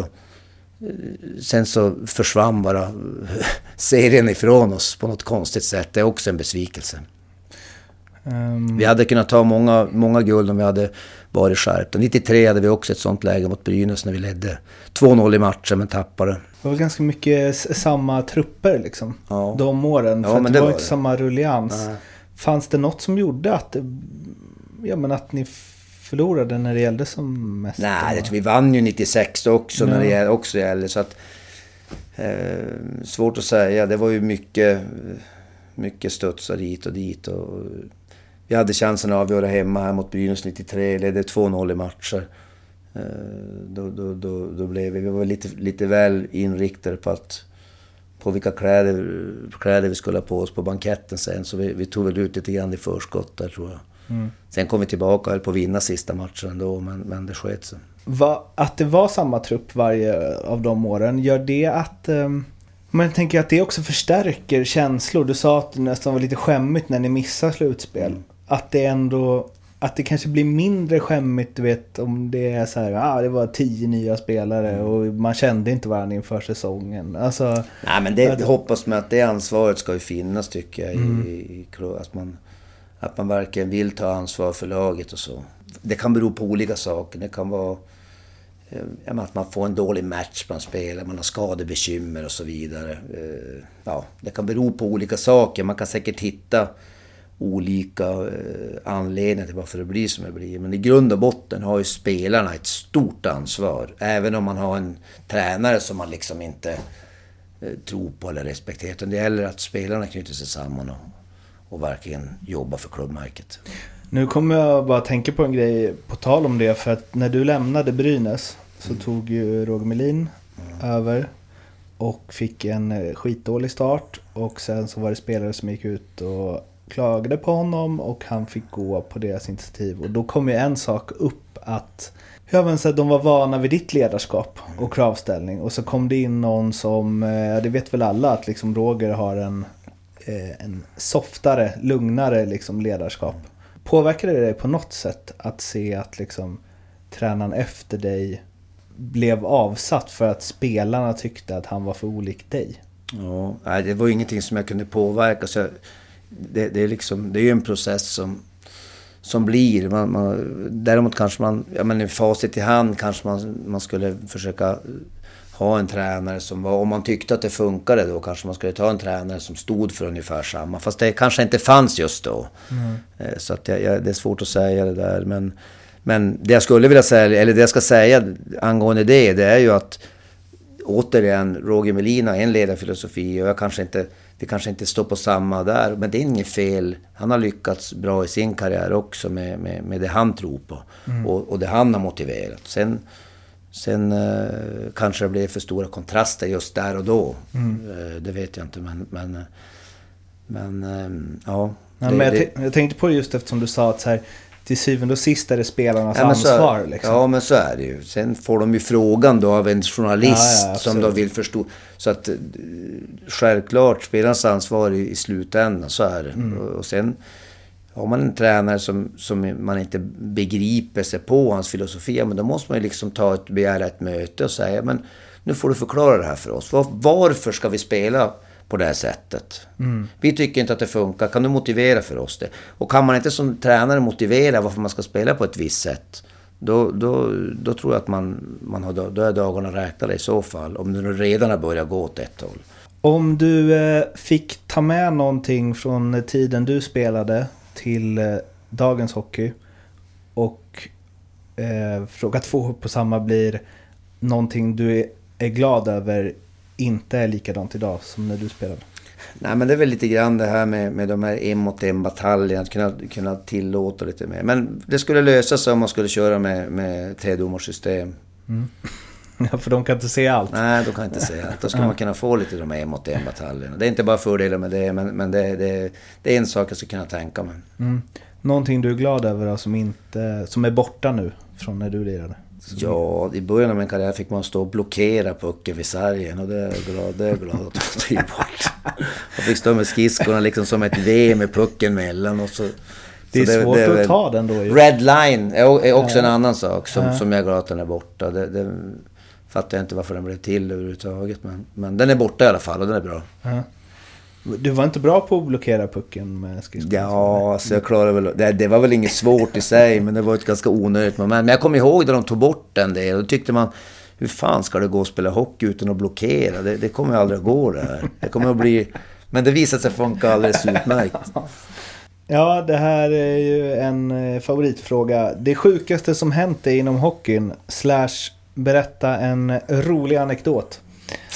Speaker 1: sen så försvann bara serien ifrån oss på något konstigt sätt. Det är också en besvikelse. Um... Vi hade kunnat ta många, många guld om vi hade varit skärpta. nittiotre hade vi också ett sånt läge mot Brynäs när vi ledde två noll i matchen men tappade.
Speaker 6: Det var ganska mycket samma trupper liksom, ja. De åren. För ja, men det, det var inte det. Samma rullians. Nej. Fanns det något som gjorde att, ja, men att ni förlorade när det gällde som mest?
Speaker 1: Nej, det, vi vann ju nittiosex också, ja. När det gällde, också gällde, så att Eh, svårt att säga. Det var ju mycket, mycket studsar hit och dit. Och vi hade chansen att avgöra hemma här mot Brynäs nittiotre. Ledde två noll i matcher. Eh, då, då, då, då blev vi, vi var lite, lite väl inriktade på att på vilka kläder, kläder vi skulle ha på oss på banketten sen. Så vi, vi tog väl ut lite grann i förskott där, tror jag. Mm. Sen kom vi tillbaka och höll på att vinna sista matchen ändå, men, men det sket sig.
Speaker 6: Va, att det var samma trupp varje av de åren, gör det att... Um, men jag tänker att det också förstärker känslor. Du sa att det nästan var lite skämmigt när ni missar slutspel. Mm. Att det ändå... Att det kanske blir mindre skämmigt, du vet, om det är så här, ah, det var tio nya spelare mm. och man kände inte varandra inför säsongen. Alltså,
Speaker 1: nej, men det, det hoppas man att det ansvaret ska ju finnas, tycker jag, mm. i, i, att, man, att man verkligen vill ta ansvar för laget och så. Det kan bero på olika saker. Det kan vara ja, att man får en dålig match man spelar, man har skadebekymmer och så vidare. Ja, det kan bero på olika saker. Man kan säkert hitta olika eh, anledningar till varför det blir som det blir. Men i grund och botten har ju spelarna ett stort ansvar. Även om man har en tränare som man liksom inte eh, tror på eller respekterar. Det gäller att spelarna knyter sig samman och, och verkligen jobbar för klubbmärket.
Speaker 6: Nu kommer jag bara tänka på en grej på tal om det. För att när du lämnade Brynäs så mm. tog ju Roger Melin mm. över och fick en skitdålig start. Och sen så var det spelare som gick ut och klagade på honom och han fick gå på deras initiativ. Och då kom ju en sak upp att jag vet inte, de var vana vid ditt ledarskap och kravställning. Och så kom det in någon som, det vet väl alla att liksom Roger har en, en softare, lugnare liksom ledarskap. Påverkade det dig på något sätt att se att liksom tränaren efter dig blev avsatt för att spelarna tyckte att han var för olik dig?
Speaker 1: Ja, det var ingenting som jag kunde påverka, så Det, det är liksom, det är ju en process som som blir man, man, däremot kanske man, ja men i facit i hand kanske man, man skulle försöka ha en tränare som var, om man tyckte att det funkade då kanske man skulle ta en tränare som stod för ungefär samma, fast det kanske inte fanns just då. Mm. Så att jag, jag, det är svårt att säga det där, men men det jag skulle vilja säga, eller det jag ska säga angående det, det är ju att återigen, Roger Melin har en ledarfilosofi och jag kanske inte, det kanske inte står på samma där, men det är inget fel. Han har lyckats bra i sin karriär också med, med, med det han tror på mm. och, och det han har motiverat. Sen, sen eh, kanske det blev för stora kontraster just där och då. Mm. Eh, det vet jag inte, men, men, men eh, ja.
Speaker 6: ja
Speaker 1: det,
Speaker 6: men jag,
Speaker 1: det,
Speaker 6: t- jag tänkte på det just eftersom du sa att så här, till syvende och sist är det spelarnas ja, ansvar.
Speaker 1: Så,
Speaker 6: liksom.
Speaker 1: Ja, men så är det ju. Sen får de ju frågan då av en journalist ja, ja, som de vill förstå. Så att självklart spelarnas ansvar i, i slutändan, så är det. Mm. Och, och sen har man en tränare som, som man inte begriper sig på hans filosofi, men då måste man ju liksom ta ett, begära ett möte och säga, men nu får du förklara det här för oss. Var, varför ska vi spela på det här sättet? Mm. Vi tycker inte att det funkar. Kan du motivera för oss det? Och kan man inte som tränare motivera varför man ska spela på ett visst sätt, då, då, då tror jag att man, man har, då är dagarna räknade i så fall. Om du redan har börjat gå åt ett håll.
Speaker 6: Om du eh, fick ta med någonting från tiden du spelade till eh, dagens hockey, och eh, fråga två på samma blir någonting du är, är glad över inte är likadant idag som när du spelade?
Speaker 1: Nej, men det är väl lite grann det här med, med de här en mot en bataljerna, att kunna, kunna tillåta lite mer. Men det skulle lösa sig om man skulle köra med, med tredomarsystem. Mm.
Speaker 6: Ja, för de kan inte se allt.
Speaker 1: Nej, de kan inte se allt. Då ska man kunna få lite de här en mot en bataljerna. Det är inte bara fördelar med det, men, men det, det, det är en sak jag ska kunna tänka mig.
Speaker 6: Mm. Någonting du är glad över då, som, inte, som är borta nu från när du lirade?
Speaker 1: Ja, i början av min karriär fick man stå och blockera pucken vid sargen, och det är jag glad, det är jag glad att ta bort. Jag fick stå med skiskorna liksom som ett V med pucken mellan, och så.
Speaker 6: Det är
Speaker 1: så
Speaker 6: svårt det, det, att ta den då. Ju.
Speaker 1: Red line är också
Speaker 6: ja.
Speaker 1: en annan sak som,
Speaker 6: ja.
Speaker 1: som jag är glad att den är borta. Det, det fattar jag inte varför den blev till överhuvudtaget, men, men den är borta i alla fall, och den är bra.
Speaker 6: Ja. Du var inte bra på att blockera pucken med skridskor?
Speaker 1: Ja, alltså jag klarade väl. Det, det var väl inget svårt i sig, men det var ett ganska onödigt moment. Men jag kommer ihåg när de tog bort den del, och då tyckte man, hur fan ska det gå att spela hockey utan att blockera? Det, det kommer aldrig att gå det här. Det kommer att bli. Men det visade sig funka alldeles utmärkt.
Speaker 6: Ja, det här är ju en favoritfråga. Det sjukaste som hänt dig inom hockeyn, slash berätta en rolig anekdot.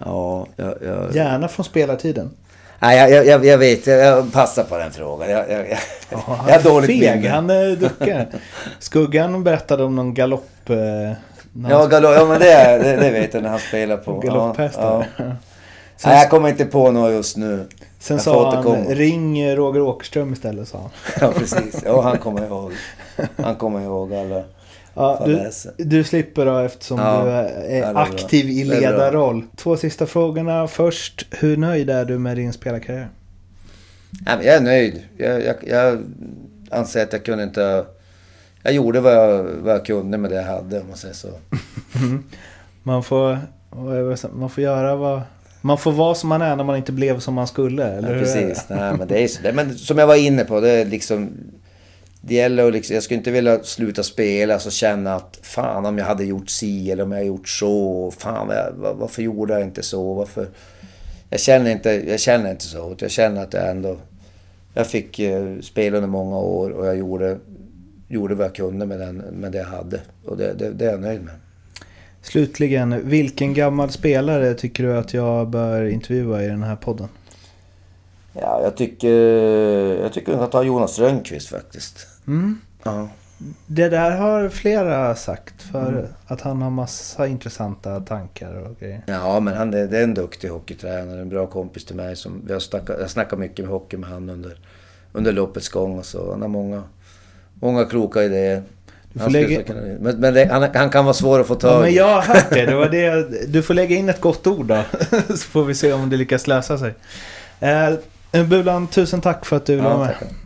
Speaker 1: Ja, jag, jag...
Speaker 6: Gärna från spelartiden.
Speaker 1: Nej, jag, jag, jag vet. Jag, jag passar på den frågan. Jag, jag, jag,
Speaker 6: Ja, han
Speaker 1: jag har dåligt
Speaker 6: feg,
Speaker 1: minne.
Speaker 6: han är duckar. Skuggan berättade om någon galopp... Eh,
Speaker 1: ja, galopp, ja, men det, är, det, det vet jag när han spelar på.
Speaker 6: Galopphästar.
Speaker 1: Ja, ja. Nej, jag kommer inte på något just nu.
Speaker 6: Sen
Speaker 1: jag
Speaker 6: sa han, ring Roger Åkerström istället, sa han.
Speaker 1: Ja, precis. Ja, han kommer ihåg. Han kommer ihåg alla.
Speaker 6: Ja, du, du slipper då eftersom
Speaker 1: ja,
Speaker 6: du är, är aktiv i ledarroll. Två sista frågorna. Först, hur nöjd är du med din spelarkarriär?
Speaker 1: Ja, men jag är nöjd. Jag, jag, jag anser att jag kunde inte... Jag gjorde vad jag, vad jag kunde med det jag hade, om man säger så.
Speaker 6: man, får, man får göra vad... Man får vara som man är när man inte blev som man skulle. Eller
Speaker 1: ja, precis. Nej, men det är så. Men som jag var inne på, det är liksom... Det gäller att liksom, jag skulle inte vilja sluta spela så känna att fan om jag hade gjort si eller om jag gjort så, fan var, varför gjorde jag inte så, varför jag känner inte jag känner inte så, jag känner att jag ändå jag fick eh, spela under många år och jag gjorde gjorde vad jag kunde med den med det jag hade och det, det, det är jag nöjd med.
Speaker 6: Slutligen, vilken gammal spelare tycker du att jag bör intervjua i den här podden?
Speaker 1: Ja, jag tycker jag tycker att ta Jonas Rönnqvist faktiskt.
Speaker 6: Mm.
Speaker 1: Ja.
Speaker 6: Det där har flera sagt för
Speaker 1: mm.
Speaker 6: att han har massa intressanta tankar och grejer.
Speaker 1: Ja, men han är, det är en duktig hockeytränare, en bra kompis till mig som vi har snackat, jag snackar mycket med hockey med han under under loppets gång och så. Han har många många kloka idéer.
Speaker 6: Du får lägga...
Speaker 1: kunna, men men det, han, han kan vara svår att få tag i.
Speaker 6: Ja, men jag har hört det. Det var det. Du får lägga in ett gott ord då. Så får vi se om det lyckas lösa sig. Eh, Bulan, tusen tack för att du var
Speaker 1: ja,
Speaker 6: med.
Speaker 1: Tack.